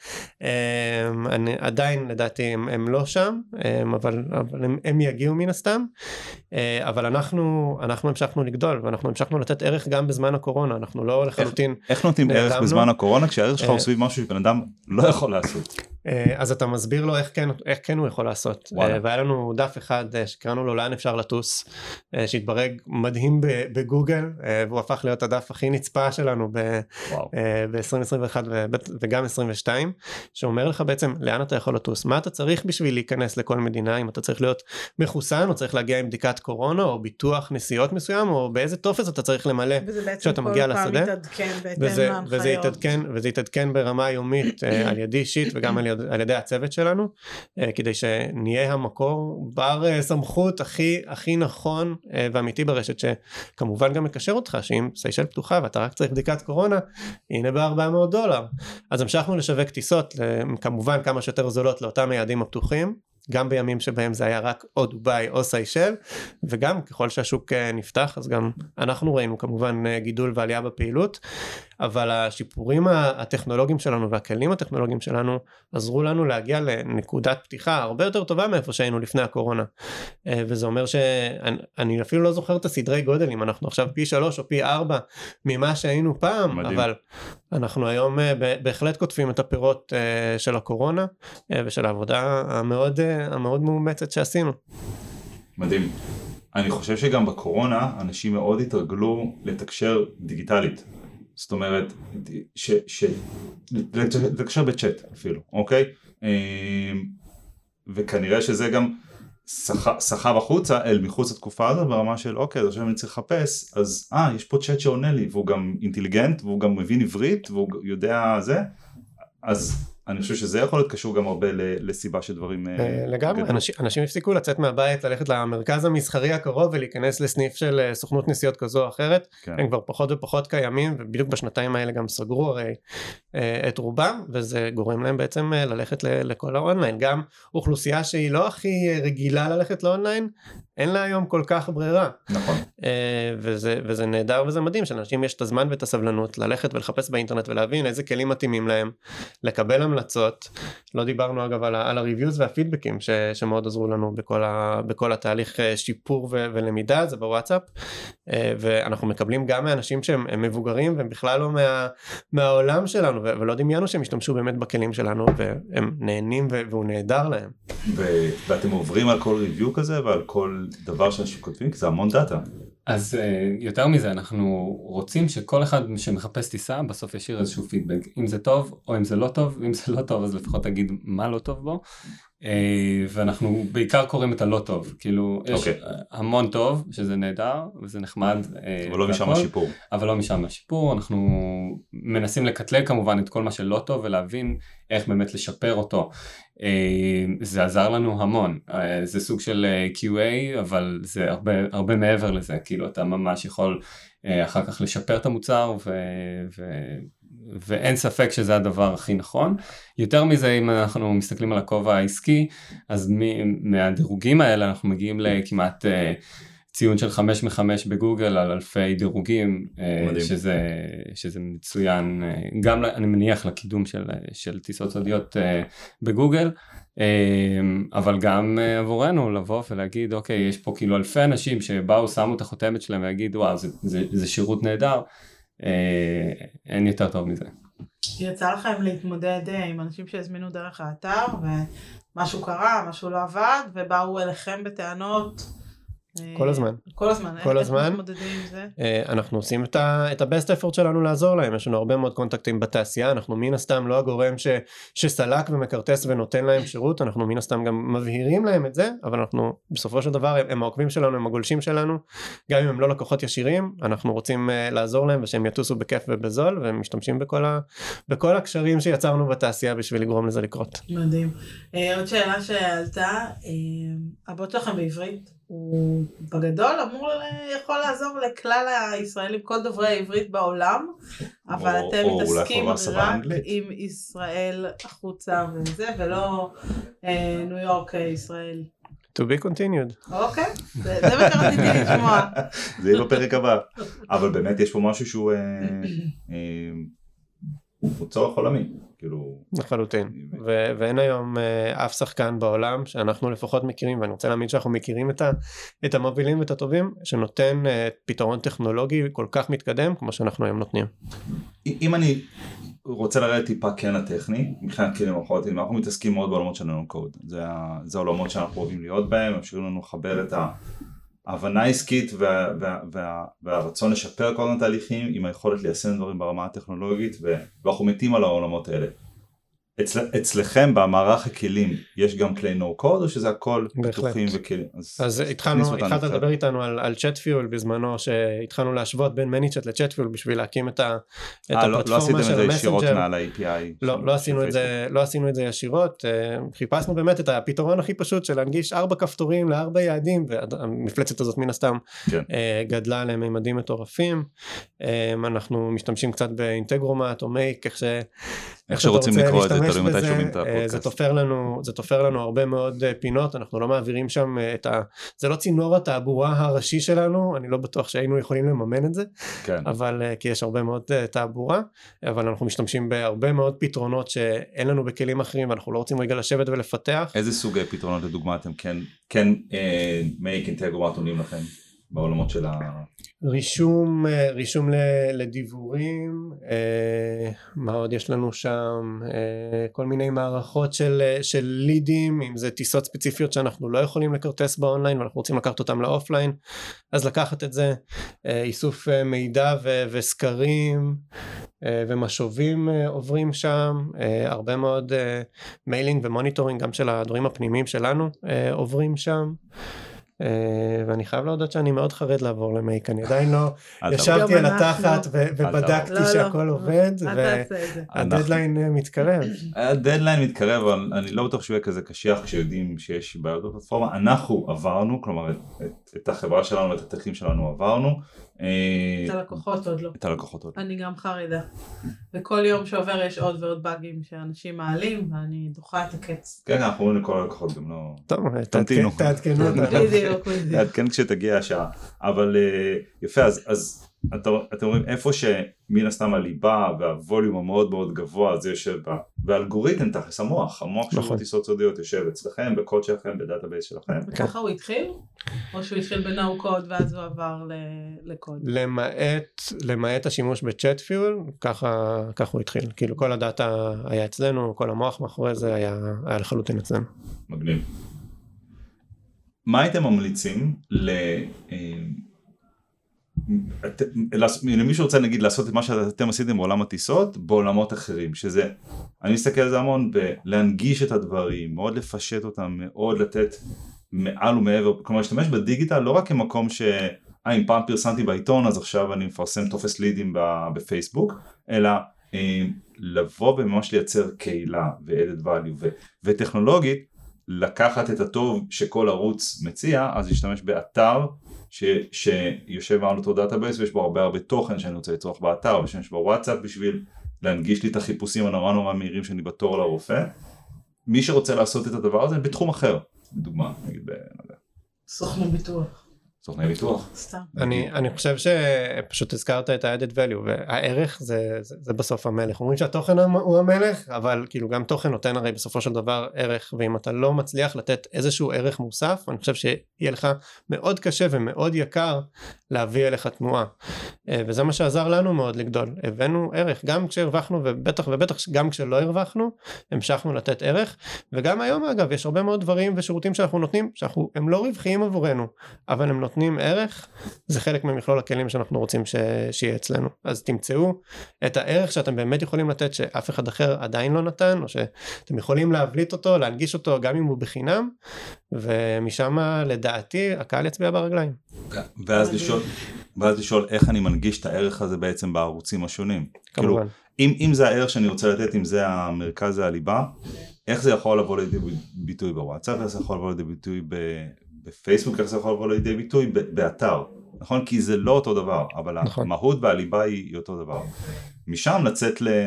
עדיין לדעתי הם לא שם, אבל הם יגיעו מן הסתם, אבל אנחנו המשכנו לגדול, ואנחנו המשכנו לתת ערך גם בזמן הקורונה, אנחנו לא לחלוטין... איך נותנים ערך בזמן הקורונה, כשהערך שלך הוא סביב משהו שבן אדם לא יכול לעשות? אז אתה מסביר לו איך כן, איך כן הוא יכול לעשות. והיה לנו דף אחד שקראנו לו לאן אפשר לטוס, שהתברג מדהים בגוגל, והוא הפך להיות הדף הכי נצפה שלנו ב-עשרים עשרים ואחת וגם עשרים ושתיים, שאומר לך בעצם לאן אתה יכול לטוס, מה אתה צריך בשביל להיכנס לכל מדינה, אם אתה צריך להיות מחוסן, או צריך להגיע עם בדיקת קורונה, או ביטוח נסיעות מסוים, או באיזה טופס אתה צריך למלא כשאתה מגיע לשדה. וזה יתעדכן, וזה יתעדכן ברמה יומית על ידי אישית וגם על ידי על ידי הצוות שלנו, כדי שנהיה המקור בר סמכות הכי, הכי נכון ואמיתי ברשת, שכמובן גם מקשר אותך, שאם סיישל פתוחה ואתה רק צריך בדיקת קורונה, הנה ב-ארבע מאות דולר. אז המשכנו לשווק טיסות, כמובן כמה שיותר זולות לאותם היעדים הפתוחים, גם בימים שבהם זה היה רק או דוביי או סיישל, וגם ככל שהשוק נפתח, אז גם אנחנו ראינו כמובן גידול ועלייה בפעילות, אבל השיפורים הטכנולוגיים שלנו והכלים הטכנולוגיים שלנו עזרו לנו להגיע לנקודת פתיחה הרבה יותר טובה מאיפה שהיינו לפני הקורונה, וזה אומר שאני אפילו לא זוכר את הסדרי גודל, אם אנחנו עכשיו פי שלוש או פי ארבע ממה שהיינו פעם, מדהים. אבל אנחנו היום בהחלט כותבים את הפירות של הקורונה ושל העבודה המאוד, המאוד מאומצת שעשינו. מדהים. אני חושב שגם בקורונה אנשים מאוד התרגלו לתקשר דיגיטלית. זאת אומרת, ש, ש, לתקשר בצ'אט אפילו, אוקיי? וכנראה שזה גם סחב החוצה אל מחוץ לתקופה הזאת ברמה של אוקיי, אז עכשיו אני צריך לחפש, אז אה, יש פה צ'אט שעונה לי, והוא גם אינטליגנט, והוא גם מבין עברית, והוא יודע זה, אז... אני חושב שזה יכול להיות קשור גם הרבה לסיבה שדברים... לגמרי, אנשים, אנשים הפסיקו לצאת מהבית, ללכת למרכז המסחרי הקרוב ולהיכנס לסניף של סוכנות נסיעות כזו או אחרת, כן. הם כבר פחות ופחות קיימים, ובדיוק בשנתיים האלה גם סגרו הרי את רובם, וזה גורם להם בעצם ללכת לכל האונליין, גם אוכלוסייה שהיא לא הכי רגילה ללכת לאונליין, אין לה היום כל כך ברירה. נכון. וזה, וזה נהדר וזה מדהים, שאנשים יש את הזמן ואת הסבלנות ללכת ולחפש באינטרנט ולהבין איזה כלים מתאימים להם, לקבל המלצות. לא דיברנו אגב על, על הריוויוז והפידבקים ש, שמאוד עזרו לנו בכל, ה, בכל התהליך שיפור ו, ולמידה, זה בוואטסאפ, ואנחנו מקבלים גם מאנשים שהם מבוגרים והם בכלל לא מה, מהעולם שלנו, ו, ולא דמיינו שהם השתמשו באמת בכלים שלנו, והם נהנים ו, והוא נהדר להם. ו- ואתם עוברים על כל ריוויו כזה ועל כל דבר שאנשים כותבים, כי זה המון דאטה. אז יותר מזה, אנחנו רוצים שכל אחד שמחפש טיסה, בסוף ישאיר איזשהו פידבק, אם זה טוב או אם זה לא טוב, ואם זה לא טוב אז לפחות תגיד מה לא טוב בו, ואנחנו בעיקר קוראים את הלא טוב, כאילו יש המון טוב, שזה נהדר וזה נחמד, אבל לא משם השיפור. אבל לא משם השיפור, אנחנו מנסים לקטלל כמובן את כל מה שלא טוב, ולהבין איך באמת לשפר אותו. זה עזר לנו המון, זה סוג של קיו איי, אבל זה הרבה, הרבה מעבר לזה, כאילו אתה ממש יכול אחר כך לשפר את המוצר, ו, ו, ואין ספק שזה הדבר הכי נכון. יותר מזה, אם אנחנו מסתכלים על הכובע העסקי, אז מהדירוגים האלה אנחנו מגיעים לכמעט ציון של חמש מחמש בגוגל על אלפי דירוגים, שזה, שזה מצוין, גם אני מניח לקידום של, של טיסות סודיות בגוגל, אבל גם עבורנו לבוא ולהגיד, אוקיי, יש פה כאילו אלפי אנשים שבאו, שמו את החותמת שלהם והגיד, וואו, זה, זה, זה שירות נהדר, אין יותר טוב מזה. יצא לכם להתמודד עם אנשים שהזמינו דרך האתר, ומשהו קרה, משהו לא עבד, ובאו אליכם בטענות, כל הזמן. כל הזמן. כל הזמן. איך מתמודדים עם זה? אנחנו עושים את ה-best effort שלנו לעזור להם, יש לנו הרבה מאוד קונטקטים בתעשייה, אנחנו מן הסתם לא הגורם שסלק ומקרטס ונותן להם שירות, אנחנו מן הסתם גם מבהירים להם את זה, אבל אנחנו בסופו של דבר, הם העוקבים שלנו, הם הגולשים שלנו, גם אם הם לא לקוחות ישירים, אנחנו רוצים לעזור להם ושהם יטוסו בכיף ובזול, והם משתמשים בכל הקשרים שיצרנו בתעשייה בשביל לגרום לזה לקרות. מדהים. עוד שאלה שעלתה, הבוט שלכם בעברית, הוא בגדול אמור יכול לעזור לכלל הישראלים, כל דוברי העברית בעולם, אבל אתם מתעסקים רק עם ישראל החוצה וזה, ולא ניו יורק ישראל. To be continued. אוקיי, זה מה שרציתי לשמוע. זה יהיה בפרק הבא. אבל באמת יש פה משהו שהוא הוא צורך עולמי. לחלוטין, ואין היום אף שחקן בעולם שאנחנו לפחות מכירים, ואני רוצה להאמין שאנחנו מכירים את המובילים ואת הטובים, שנותן פתרון טכנולוגי כל כך מתקדם כמו שאנחנו היום נותנים. אם אני רוצה לרדת טיפה כן הטכני, מבחינת כלים אחרים, אנחנו מתעסקים מאוד בעולמות של ננו-קוד, זה העולמות שאנחנו אוהבים להיות בהם, אפשרים לנו לחבר את ההבנה העסקית והרצון לשפר כל מיני תהליכים עם היכולת ליישם דברים ברמה הטכנולוגית, ואנחנו מתים על העולמות האלה. אצלכם במערך הכלים יש גם כלי no code או שזה הכל פיתוחים וכלים? אז התחלנו, התחלת לדבר איתנו על ChatFuel בזמנו, שהתחלנו להשוות בין ManyChat ל-ChatFuel בשביל להקים את הפלטפורמה של המסנג'ר. לא עשיתם את זה ישירות מעל ה-איי פי איי? לא, לא עשינו את זה ישירות, חיפשנו באמת את הפתרון הכי פשוט של להנגיש ארבע כפתורים לארבע יעדים, והמפלצת הזאת מן הסתם גדלה לממדים מטורפים. אנחנו משתמשים קצת באינטגרומט או מייק, איך שרוצים לקרוא את זה, תלוי מתי שומעים את הפודקאסט. זה תופר לנו, זה תופר לנו הרבה מאוד פינות, אנחנו לא מעבירים שם את ה... זה לא צינור התעבורה הראשי שלנו, אני לא בטוח שהיינו יכולים לממן את זה, כן. אבל כי יש הרבה מאוד תעבורה, אבל אנחנו משתמשים בהרבה מאוד פתרונות שאין לנו בכלים אחרים, ואנחנו לא רוצים רגע לשבת ולפתח. איזה סוגי פתרונות לדוגמה אתם כן, כן, מייק אינטגרומט עונים לכם בעולמות של ה... רישום, רישום לדיבורים, מה עוד יש לנו שם, כל מיני מערכות של, של לידים, אם זה טיסות ספציפיות שאנחנו לא יכולים לקרטס באונליין ואנחנו רוצים לקחת אותם לאופליין, אז לקחת את זה, איסוף מידע ו- וסקרים ומשובים עוברים שם, הרבה מאוד מיילינג ומוניטורינג גם של הדברים הפנימיים שלנו עוברים שם. ואני חייב להודות שאני מאוד חרד לעבור למייק, אני עדיין לא ישבתי על התחת ובדקתי שהכל עובד, והדדליין מתקרב. הדדליין מתקרב, אבל אני לא בטוח שהוא יהיה כזה קשיח כשיודעים שיש בעיות בפלטפורמה. אנחנו עברנו, כלומר את החברה שלנו ואת הטכנים שלנו עברנו. את הלקוחות עוד לא. את הלקוחות עוד לא. אני גם חרדה. וכל יום שעובר יש עוד ועוד באגים שאנשים מעלים, ואני דוחה את הקץ. כן, אנחנו אומרים לכל הלקוחות גם לא... טוב, תעדכנו. תעדכן כשתגיע השעה. אבל יפה, אז אתם רואים איפה שמן הסתם הליבה והווליום המאוד מאוד גבוה, זה יושב בה, והאלגוריתם תכלס המוח, המוח של טיסות סודיות יושב אצלכם, בקוד שלכם, בדאטאבייס שלכם. וככה הוא התחיל? או שהוא התחיל בנו קוד ואז הוא עבר לקוד? למעט, למעט השימוש ב-ChatFuel, ככה, ככה הוא התחיל. כאילו כל הדאטה היה אצלנו, כל המוח מאחורי זה היה, היה לחלוטין אצלנו. מגניב. מה הייתם ממליצים ל... למי שרוצה נגיד לעשות את מה שאתם עשיתם בעולם הטיסות בעולמות אחרים, שזה אני מסתכל על זה המון בלהנגיש את הדברים, מאוד לפשט אותם, מאוד לתת מעל ומעבר, כלומר להשתמש בדיגיטל לא רק כמקום ש... אה, אם פעם פרסמתי בעיתון אז עכשיו אני מפרסם טופס לידים בפייסבוק, אלא לבוא וממש לייצר קהילה ו-added value ו- וטכנולוגית לקחת את הטוב שכל ערוץ מציע, אז להשתמש באתר ש, שיושב על אותו דאטאבייס ויש בו הרבה הרבה תוכן שאני רוצה לצרוך באתר, ושיש בו וואטסאפ בשביל להנגיש לי את החיפושים הנורא נורא מהירים שאני בתור לרופא. מי שרוצה לעשות את הדבר הזה בתחום אחר, לדוגמה, נגיד ב... סוכנות ביטוח. סוכני ביטוח. סתם. אני, אני חושב שפשוט הזכרת את ה-added value, והערך זה, זה, זה בסוף המלך. אומרים שהתוכן הוא המלך, אבל כאילו גם תוכן נותן הרי בסופו של דבר ערך, ואם אתה לא מצליח לתת איזשהו ערך מוסף, אני חושב שיהיה לך מאוד קשה ומאוד יקר להביא אליך תנועה. וזה מה שעזר לנו מאוד לגדול. הבאנו ערך, גם כשהרווחנו, ובטח ובטח גם כשלא הרווחנו, המשכנו לתת ערך, וגם היום אגב, יש הרבה מאוד דברים ושירותים שאנחנו נותנים, שאנחנו, הם לא רווחיים עבורנו, אבל הם נותנים ערך, זה חלק ממכלול הכלים שאנחנו רוצים ש... שיהיה אצלנו. אז תמצאו את הערך שאתם באמת יכולים לתת, שאף אחד אחר עדיין לא נתן, או שאתם יכולים להבליט אותו, להנגיש אותו, גם אם הוא בחינם, ומשם לדעתי, הקהל יצביע ברגליים. ואז לשאול, ואז לשאול איך אני מנגיש את הערך הזה בעצם בערוצים השונים. כמובן. כאילו, אם, אם זה הערך שאני רוצה לתת, אם זה המרכז הליבה, איך זה יכול לבוא לידי ביטוי בוואטסאפ, איך זה יכול לבוא לידי ביטוי בפייסבוק, איך זה יכול לבוא לידי ביטוי באתר, נכון? כי זה לא אותו דבר, אבל נכון. המהות והליבה היא אותו דבר. משם לצאת ל...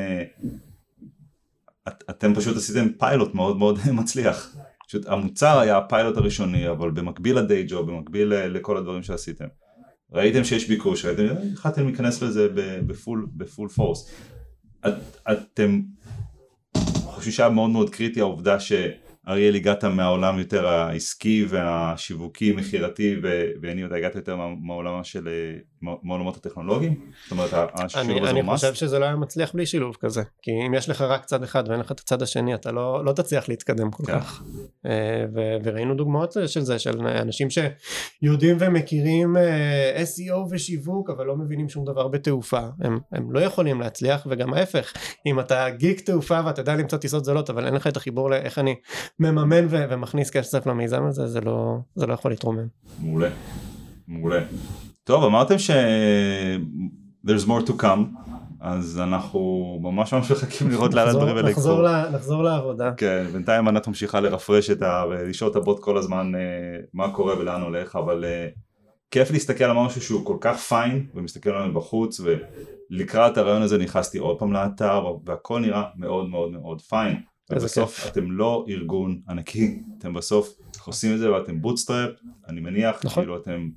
את, אתם פשוט עשיתם פיילוט מאוד מאוד מצליח. פשוט המוצר היה הפיילוט הראשוני, אבל במקביל לדיי ג'וב, במקביל לכל הדברים שעשיתם. ראיתם שיש ביקוש, ראיתם, התחלתם להיכנס לזה בפול, בפול פורס. את, אתם חושבים שהיה מאוד מאוד קריטי העובדה שאריאל הגעת מהעולם יותר העסקי והשיווקי, מחירתי, ואני עוד הגעת יותר מהעולם של, מהעולמות הטכנולוגיים? זאת אומרת, השילוב הזה אני ממש? חושב שזה לא היה מצליח בלי שילוב כזה, כי אם יש לך רק צד אחד ואין לך את הצד השני, אתה לא, לא תצליח להתקדם כל כך. ו- וראינו דוגמאות של זה, של אנשים שיודעים ומכירים אס אי או ושיווק, אבל לא מבינים שום דבר בתעופה. הם, הם לא יכולים להצליח, וגם ההפך. אם אתה גיק תעופה ואתה יודע למצוא טיסות זולות, אבל אין לך את החיבור לאיך אני מממן ו- ומכניס כסף למיזם הזה, זה לא, זה לא יכול להתרומם. מעולה, מעולה. טוב, אמרתם ש... there's more to come, אז אנחנו ממש ממש מחכים לראות לאן הדברים האלה יקחו. נחזור לעבודה. כן, בינתיים ענת ממשיכה לרפרש את ה... ולשאול את הבוט כל הזמן מה קורה ולאן הולך, אבל כיף להסתכל על משהו שהוא כל כך פיין, ומסתכל עלינו בחוץ, ולקראת הרעיון הזה נכנסתי עוד פעם לאתר, והכל נראה מאוד מאוד מאוד פיין. ובסוף אתם לא ארגון ענקי, אתם בסוף עושים את זה ואתם בוטסטראפ, אני מניח, כאילו אתם...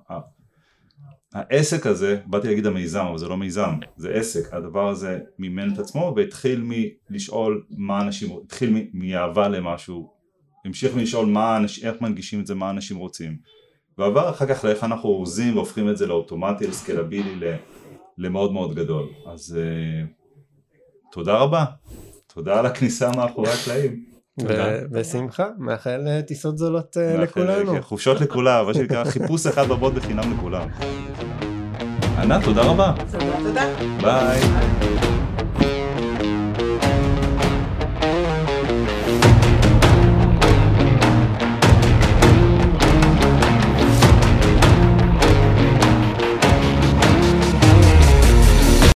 העסק הזה, באתי להגיד המיזם, אבל זה לא מיזם, זה עסק, הדבר הזה מימן את עצמו, והתחיל מלשאול מה אנשים, התחיל מאהבה למשהו, המשיך מלשאול מה, איך מנגישים את זה, מה אנשים רוצים, ועבר אחר כך לאיך אנחנו אורזים והופכים את זה לאוטומטי, לסקלבילי, למאוד מאוד גדול. אז תודה רבה, תודה על הכניסה מאחורי הקלעים. בשמחה, מאחל טיסות זולות לכולנו. חופשות לכולם, מה שנקרא חיפוש אחד בבוט בחינם לכולם. ענת, תודה רבה. תודה. ביי.